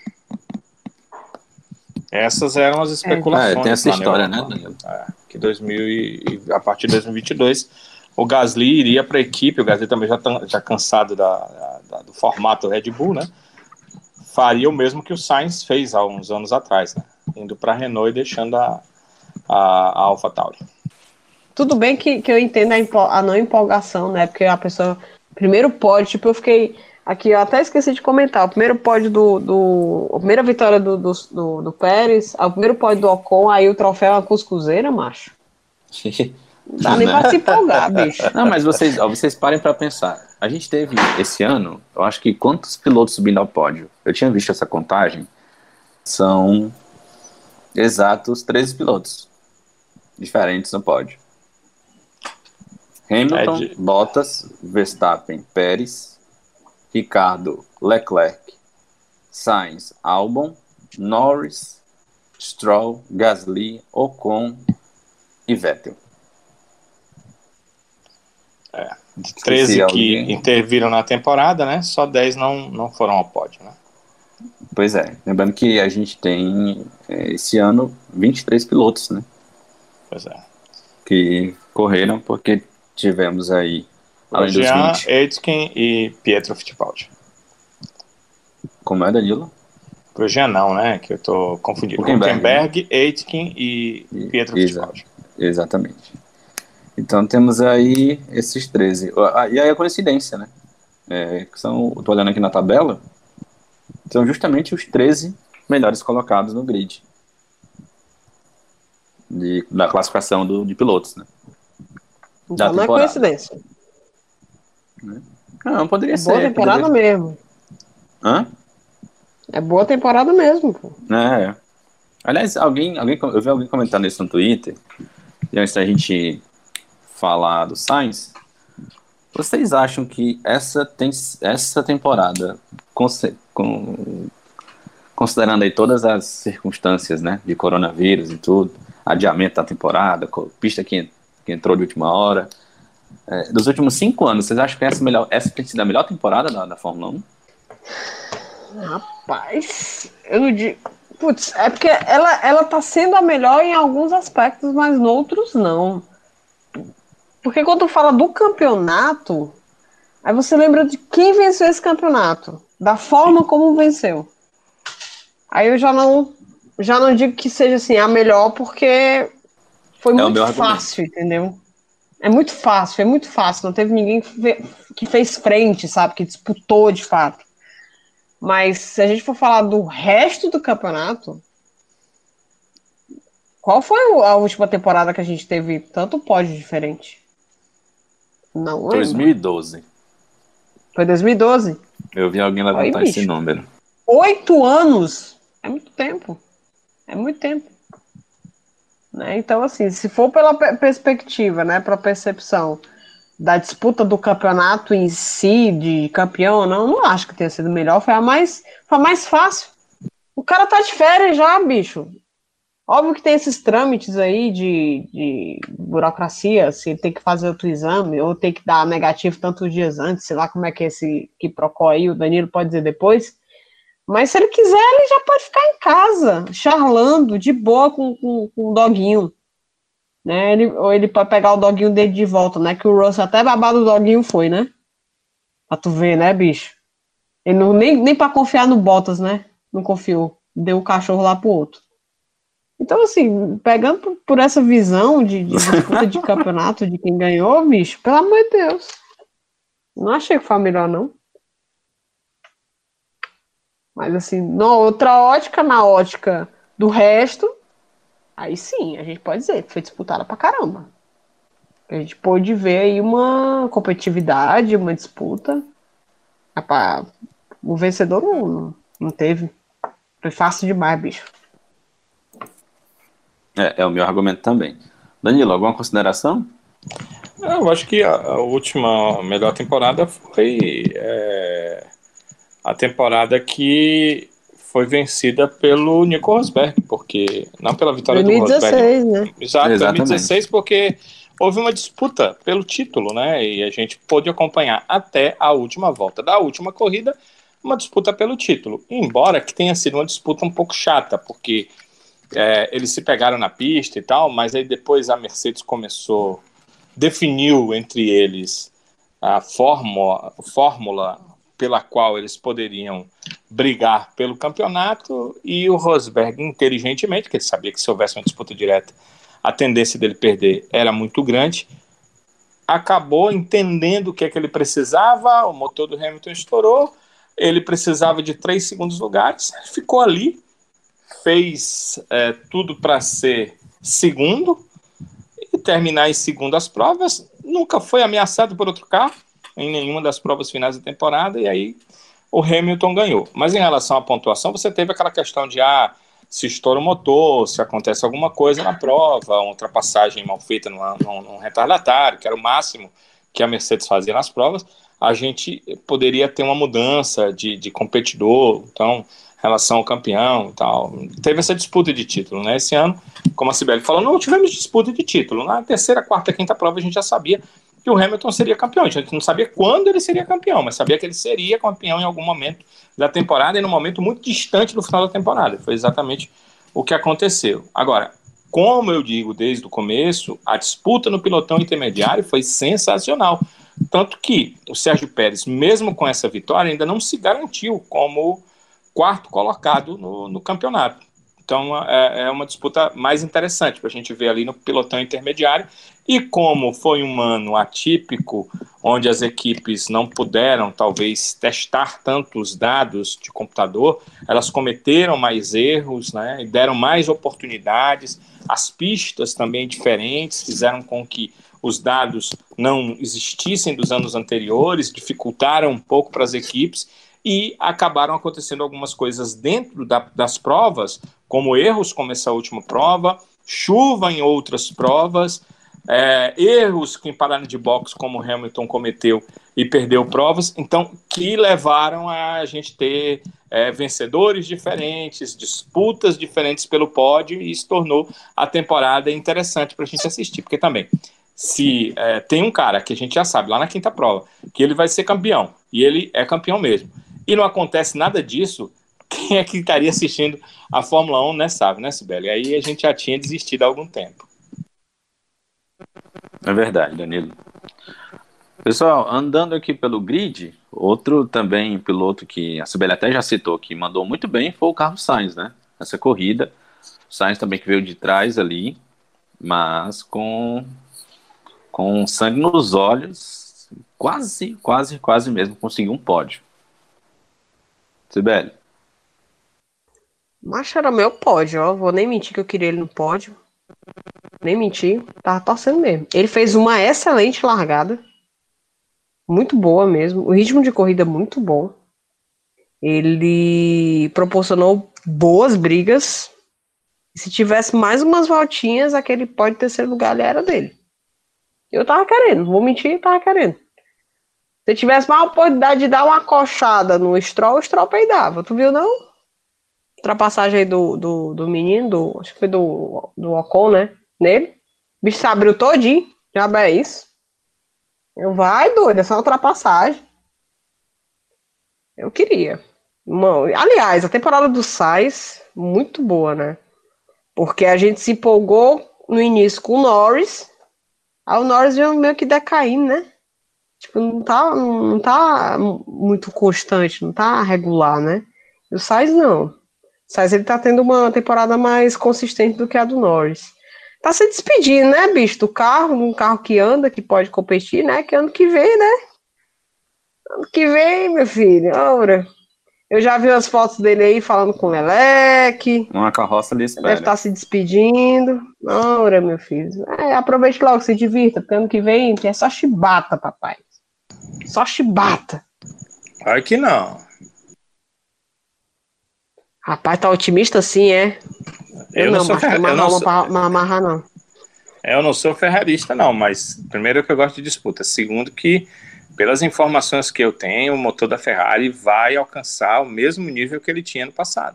Essas eram as especulações. Tem essa lá na história, Europa, né, Danilo? Que a partir de 2022 o Gasly iria para a equipe. O Gasly também já cansado do formato Red Bull, né? Faria o mesmo que o Sainz fez há uns anos atrás, né? Indo para a Renault e deixando a AlphaTauri. Tudo bem que eu entendo a não empolgação, né? Porque a pessoa. Primeiro pódio, tipo, eu fiquei. Aqui, eu até esqueci de comentar. O primeiro pódio a primeira vitória do Pérez, o primeiro pódio do Ocon, aí o troféu é uma cuscuzeira, macho. Não dá nem pra se empolgar, bicho. Não, mas vocês parem pra pensar. A gente teve esse ano, eu acho que quantos pilotos subindo ao pódio? Eu tinha visto essa contagem. São exatos 13 pilotos diferentes no pódio. Hamilton, Bottas, Verstappen, Pérez, Ricardo, Leclerc, Sainz, Albon, Norris, Stroll, Gasly, Ocon e Vettel. De 13 que interviram na temporada, né? Só 10 não foram ao pódio, né? Pois é, lembrando que a gente tem esse ano 23 pilotos, né? Pois é. Que correram porque tivemos aí, além dos 20. Aitken e Pietro Fittipaldi. Como é, Danilo? Grosjean não, né? Que eu tô confundindo. Hülkenberg, Aitken e Pietro Fittipaldi. Exatamente. Então temos aí esses 13. E aí a coincidência, né? Tô olhando aqui na tabela, são justamente os 13 melhores colocados no grid da classificação de pilotos, né? Então não é coincidência. Não, poderia ser. Boa temporada mesmo. Hã? É boa temporada mesmo, pô. Aliás, eu vi alguém comentando isso no Twitter, e antes da gente falar do Sainz, vocês acham que essa temporada, considerando aí todas as circunstâncias, né, de coronavírus e tudo, adiamento da temporada, pista que entrou de última hora, dos últimos 5 anos, vocês acham que essa tem sido a melhor temporada da Fórmula 1? Rapaz, eu não digo. Putz, é porque ela tá sendo a melhor em alguns aspectos, mas em outros não. Porque quando tu fala do campeonato, aí você lembra de quem venceu esse campeonato, da forma como venceu. Aí eu já não digo que seja assim a melhor, porque foi muito fácil, entendeu? É muito fácil. Não teve ninguém que fez frente, sabe? Que disputou de fato. Mas se a gente for falar do resto do campeonato, qual foi a última temporada que a gente teve tanto pódio diferente? Não lembro. 2012. Foi 2012? Eu vi alguém levantar esse número. 8 anos é muito tempo. É muito tempo. Né? Então, assim, se for pela perspectiva, né, para percepção da disputa do campeonato em si, de campeão ou não acho que tenha sido melhor, foi a mais fácil. O cara tá de férias já, bicho. Óbvio que tem esses trâmites aí de burocracia, se ele tem que fazer outro exame, ou tem que dar negativo tantos dias antes, sei lá como é que é esse quiprocó aí, o Danilo pode dizer depois. Mas se ele quiser, ele já pode ficar em casa, charlando, de boa com o doguinho. Né? Ou ele pode pegar o doguinho dele de volta, né? Que o Russell até babado do doguinho foi, né? Pra tu ver, né, bicho? Ele não, nem pra confiar no Bottas, né? Não confiou. Deu o cachorro lá pro outro. Então, assim, pegando por essa visão de disputa de campeonato, de quem ganhou, bicho, pelo amor de Deus. Não achei que foi melhor, não. Mas, assim, na ótica do resto, aí sim, a gente pode dizer que foi disputada pra caramba. A gente pôde ver aí uma competitividade, uma disputa. Rapaz, o vencedor não teve. Foi fácil demais, bicho. É o meu argumento também. Danilo, alguma consideração? Eu acho que a última melhor temporada foi a temporada que foi vencida pelo Nico Rosberg, porque não pela vitória do Rosberg. 2016, né? Exato, Exatamente. 2016, porque houve uma disputa pelo título, né? E a gente pôde acompanhar até a última volta da última corrida, uma disputa pelo título. Embora que tenha sido uma disputa um pouco chata, porque eles se pegaram na pista e tal, mas aí depois a Mercedes definiu entre eles a fórmula pela qual eles poderiam brigar pelo campeonato, e o Rosberg, inteligentemente, que ele sabia que se houvesse uma disputa direta, a tendência dele perder era muito grande, acabou entendendo o que é que ele precisava, o motor do Hamilton estourou, ele precisava de 3 segundos lugares, ficou ali, fez tudo para ser segundo, e terminar em segundo as provas, nunca foi ameaçado por outro carro, em nenhuma das provas finais da temporada, e aí o Hamilton ganhou. Mas em relação à pontuação, você teve aquela questão de se estoura o motor, se acontece alguma coisa na prova, uma ultrapassagem mal feita num retardatário, que era o máximo que a Mercedes fazia nas provas, a gente poderia ter uma mudança de competidor, então, em relação ao campeão e tal. Teve essa disputa de título, né? Esse ano, como a Sibeli falou, não tivemos disputa de título. Na terceira, quarta, quinta prova, a gente já sabia que o Hamilton seria campeão. A gente não sabia quando ele seria campeão, mas sabia que ele seria campeão em algum momento da temporada e num momento muito distante do final da temporada. Foi exatamente o que aconteceu. Agora, como eu digo desde o começo, a disputa no pelotão intermediário foi sensacional. Tanto que o Sérgio Pérez, mesmo com essa vitória, ainda não se garantiu como quarto colocado no campeonato. Então é uma disputa mais interessante para a gente ver ali no pelotão intermediário. E como foi um ano atípico, onde as equipes não puderam, talvez, testar tanto os dados de computador, elas cometeram mais erros, né, e deram mais oportunidades. As pistas também diferentes fizeram com que os dados não existissem dos anos anteriores, dificultaram um pouco para as equipes, e acabaram acontecendo algumas coisas dentro das provas, como erros como essa última prova, chuva em outras provas, erros em parada de box como o Hamilton cometeu e perdeu provas, então que levaram a gente ter vencedores diferentes, disputas diferentes pelo pódio, e isso tornou a temporada interessante para a gente assistir, porque também se tem um cara que a gente já sabe lá na quinta prova que ele vai ser campeão, e ele é campeão mesmo, e não acontece nada disso, quem é que estaria assistindo a Fórmula 1, né, sabe, né, Sibeli? Aí a gente já tinha desistido há algum tempo. É verdade, Danilo. Pessoal, andando aqui pelo grid, outro também piloto que a Sibeli até já citou, que mandou muito bem, foi o Carlos Sainz, né? Essa corrida. O Sainz também que veio de trás ali, mas com sangue nos olhos, quase mesmo conseguiu um pódio. Sibeli. Mas era meu pódio, ó. Vou nem mentir que eu queria ele no pódio. Nem mentir, tava torcendo mesmo. Ele fez uma excelente largada. Muito boa mesmo. O ritmo de corrida muito bom. Ele proporcionou boas brigas. E se tivesse mais umas voltinhas, aquele pódio de terceiro lugar ali era dele. Eu tava querendo, não vou mentir, eu tava querendo. Se tivesse mais uma oportunidade de dar uma coxada no Stroll, o Stroll peidava. Tu viu, não? Ultrapassagem aí do menino, acho que foi do Ocon, né? Nele. O bicho se abriu todinho. Já é isso. Vai, doido, essa ultrapassagem. Eu queria. Aliás, a temporada do Sainz, muito boa, né? Porque a gente se empolgou no início com o Norris. Aí o Norris veio meio que decaindo, né? Tipo, não tá muito constante, não tá regular, né? E o Sainz não. O Sainz, ele tá tendo uma temporada mais consistente do que a do Norris. Tá se despedindo, né, bicho, do carro, um carro que anda, que pode competir, né? Que ano que vem, né? Ano que vem, meu filho, ora. Eu já vi as fotos dele aí falando com o Leleque. Uma carroça ali espera. Deve estar se despedindo. Ora, meu filho. Aproveite logo, se divirta, porque ano que vem é só chibata, papai. Só chibata. Claro que não. Rapaz, tá otimista assim, é? Eu não sou amarrar, não. Eu não sou ferrarista, não, mas primeiro que eu gosto de disputa. Segundo que, pelas informações que eu tenho, o motor da Ferrari vai alcançar o mesmo nível que ele tinha no passado.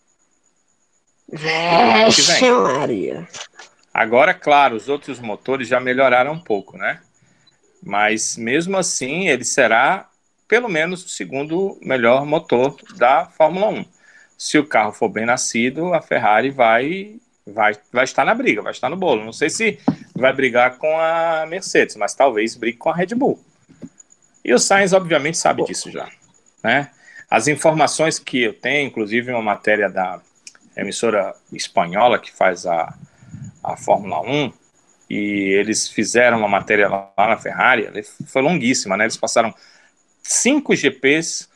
Vixe, Maria. Agora, claro, os outros motores já melhoraram um pouco, né? Mas mesmo assim, ele será pelo menos o segundo melhor motor da Fórmula 1. Se o carro for bem nascido, a Ferrari vai estar na briga, vai estar no bolo. Não sei se vai brigar com a Mercedes, mas talvez brigue com a Red Bull. E o Sainz, obviamente, sabe disso já, né? As informações que eu tenho, inclusive uma matéria da emissora espanhola que faz a Fórmula 1, e eles fizeram uma matéria lá na Ferrari, foi longuíssima, né? Eles passaram 5 GPs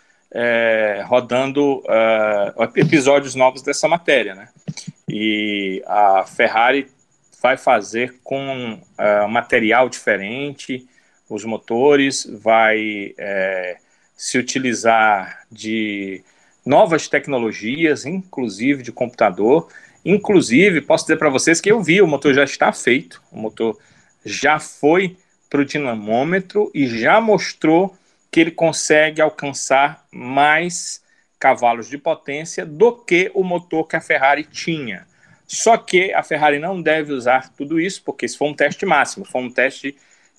rodando episódios novos dessa matéria, né? E a Ferrari vai fazer com material diferente, os motores, vai se utilizar de novas tecnologias, inclusive de computador. Inclusive, posso dizer para vocês que eu vi, o motor já está feito, o motor já foi para o dinamômetro e já mostrou que ele consegue alcançar mais cavalos de potência do que o motor que a Ferrari tinha. Só que a Ferrari não deve usar tudo isso, porque isso foi um teste máximo, foi um teste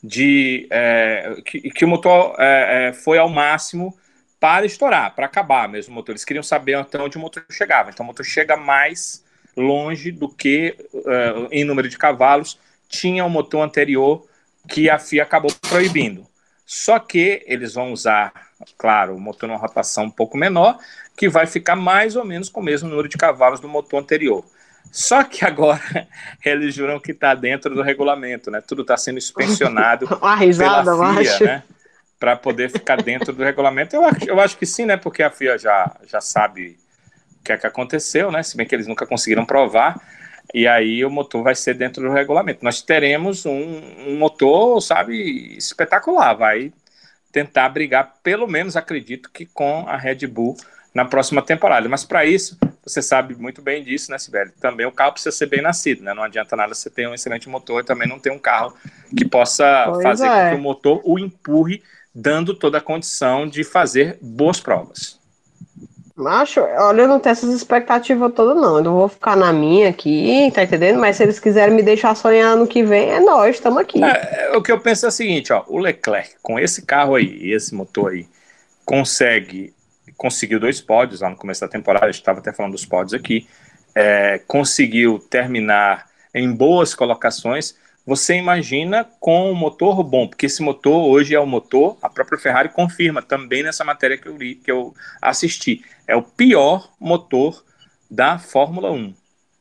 que o motor foi ao máximo para estourar, para acabar mesmo o motor. Eles queriam saber até onde o motor chegava. Então o motor chega mais longe do que, em número de cavalos, tinha o motor anterior que a FIA acabou proibindo. Só que eles vão usar, claro, o motor numa rotação um pouco menor, que vai ficar mais ou menos com o mesmo número de cavalos do motor anterior. Só que agora eles juram que está dentro do regulamento, né? Tudo está sendo inspecionado uma risada, pela FIA, né? Para poder ficar dentro do regulamento. Eu acho que sim, né? Porque a FIA já sabe o que é que aconteceu, né? Se bem que eles nunca conseguiram provar. E aí o motor vai ser dentro do regulamento. Nós teremos um motor, sabe, espetacular. Vai tentar brigar, pelo menos acredito que com a Red Bull na próxima temporada. Mas para isso, você sabe muito bem disso, né, Sibeli? Também o carro precisa ser bem nascido, né? Não adianta nada você ter um excelente motor e também não ter um carro que possa fazer com que o motor o empurre, dando toda a condição de fazer boas provas. Macho, olha, eu não tenho essas expectativas todas, não. Eu não vou ficar na minha aqui, tá entendendo? Mas se eles quiserem me deixar sonhar ano que vem, é nós, estamos aqui. O que eu penso é o seguinte, ó, o Leclerc, com esse carro aí, esse motor aí, conseguiu 2 pódios lá no começo da temporada, a gente estava até falando dos pódios aqui, conseguiu terminar em boas colocações. Você imagina com um motor bom, porque esse motor hoje é o motor, a própria Ferrari confirma também nessa matéria que eu li, que eu assisti, é o pior motor da Fórmula 1.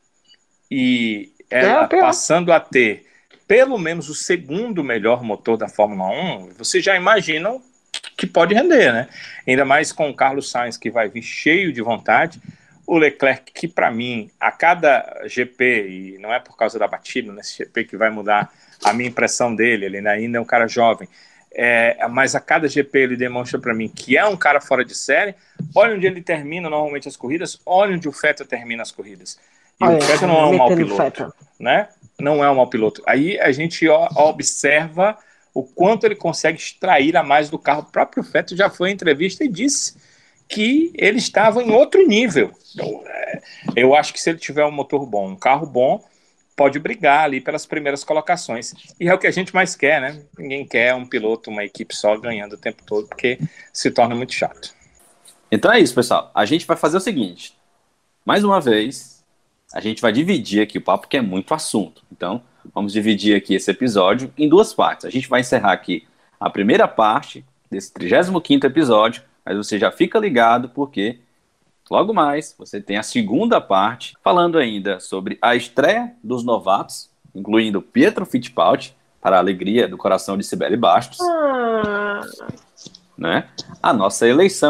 E ela passando a ter pelo menos o segundo melhor motor da Fórmula 1, você já imagina que pode render, né? Ainda mais com o Carlos Sainz, que vai vir cheio de vontade. O Leclerc, que para mim, a cada GP, e não é por causa da batida nesse GP que vai mudar a minha impressão dele, ele ainda é um cara jovem, mas a cada GP ele demonstra para mim que é um cara fora de série. Olha onde ele termina normalmente as corridas, olha onde o Vettel termina as corridas. E o Vettel não é um mau piloto, né? Não é um mau piloto. Aí a gente observa o quanto ele consegue extrair a mais do carro. O próprio Vettel já foi em entrevista e disse que ele estava em outro nível. Então, eu acho que se ele tiver um motor bom, um carro bom, pode brigar ali pelas primeiras colocações. E é o que a gente mais quer, né? Ninguém quer um piloto, uma equipe só ganhando o tempo todo, porque se torna muito chato. Então é isso, pessoal. A gente vai fazer o seguinte. Mais uma vez, a gente vai dividir aqui o papo, que é muito assunto. Então, vamos dividir aqui esse episódio em 2 partes. A gente vai encerrar aqui a primeira parte desse 35º episódio, mas você já fica ligado, porque logo mais você tem a segunda parte, falando ainda sobre a estreia dos novatos, incluindo Pietro Fittipaldi, para a alegria do coração de Sibeli Bastos, né? A nossa eleição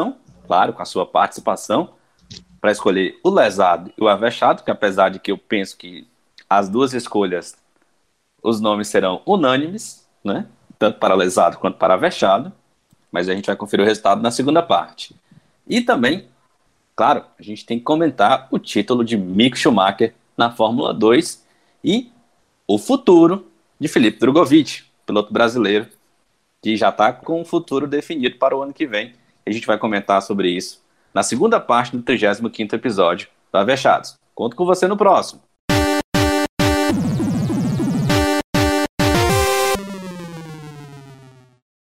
claro, com a sua participação, para escolher o lesado e o avexado, que apesar de que eu penso que as duas escolhas, os nomes serão unânimes, né? Tanto para lesado quanto para avexado, mas a gente vai conferir o resultado na segunda parte. E também, claro, a gente tem que comentar o título de Mick Schumacher na Fórmula 2 e o futuro de Felipe Drogovic, piloto brasileiro, que já está com o futuro definido para o ano que vem. A gente vai comentar sobre isso na segunda parte do 35º episódio do Avechados. Conto com você no próximo.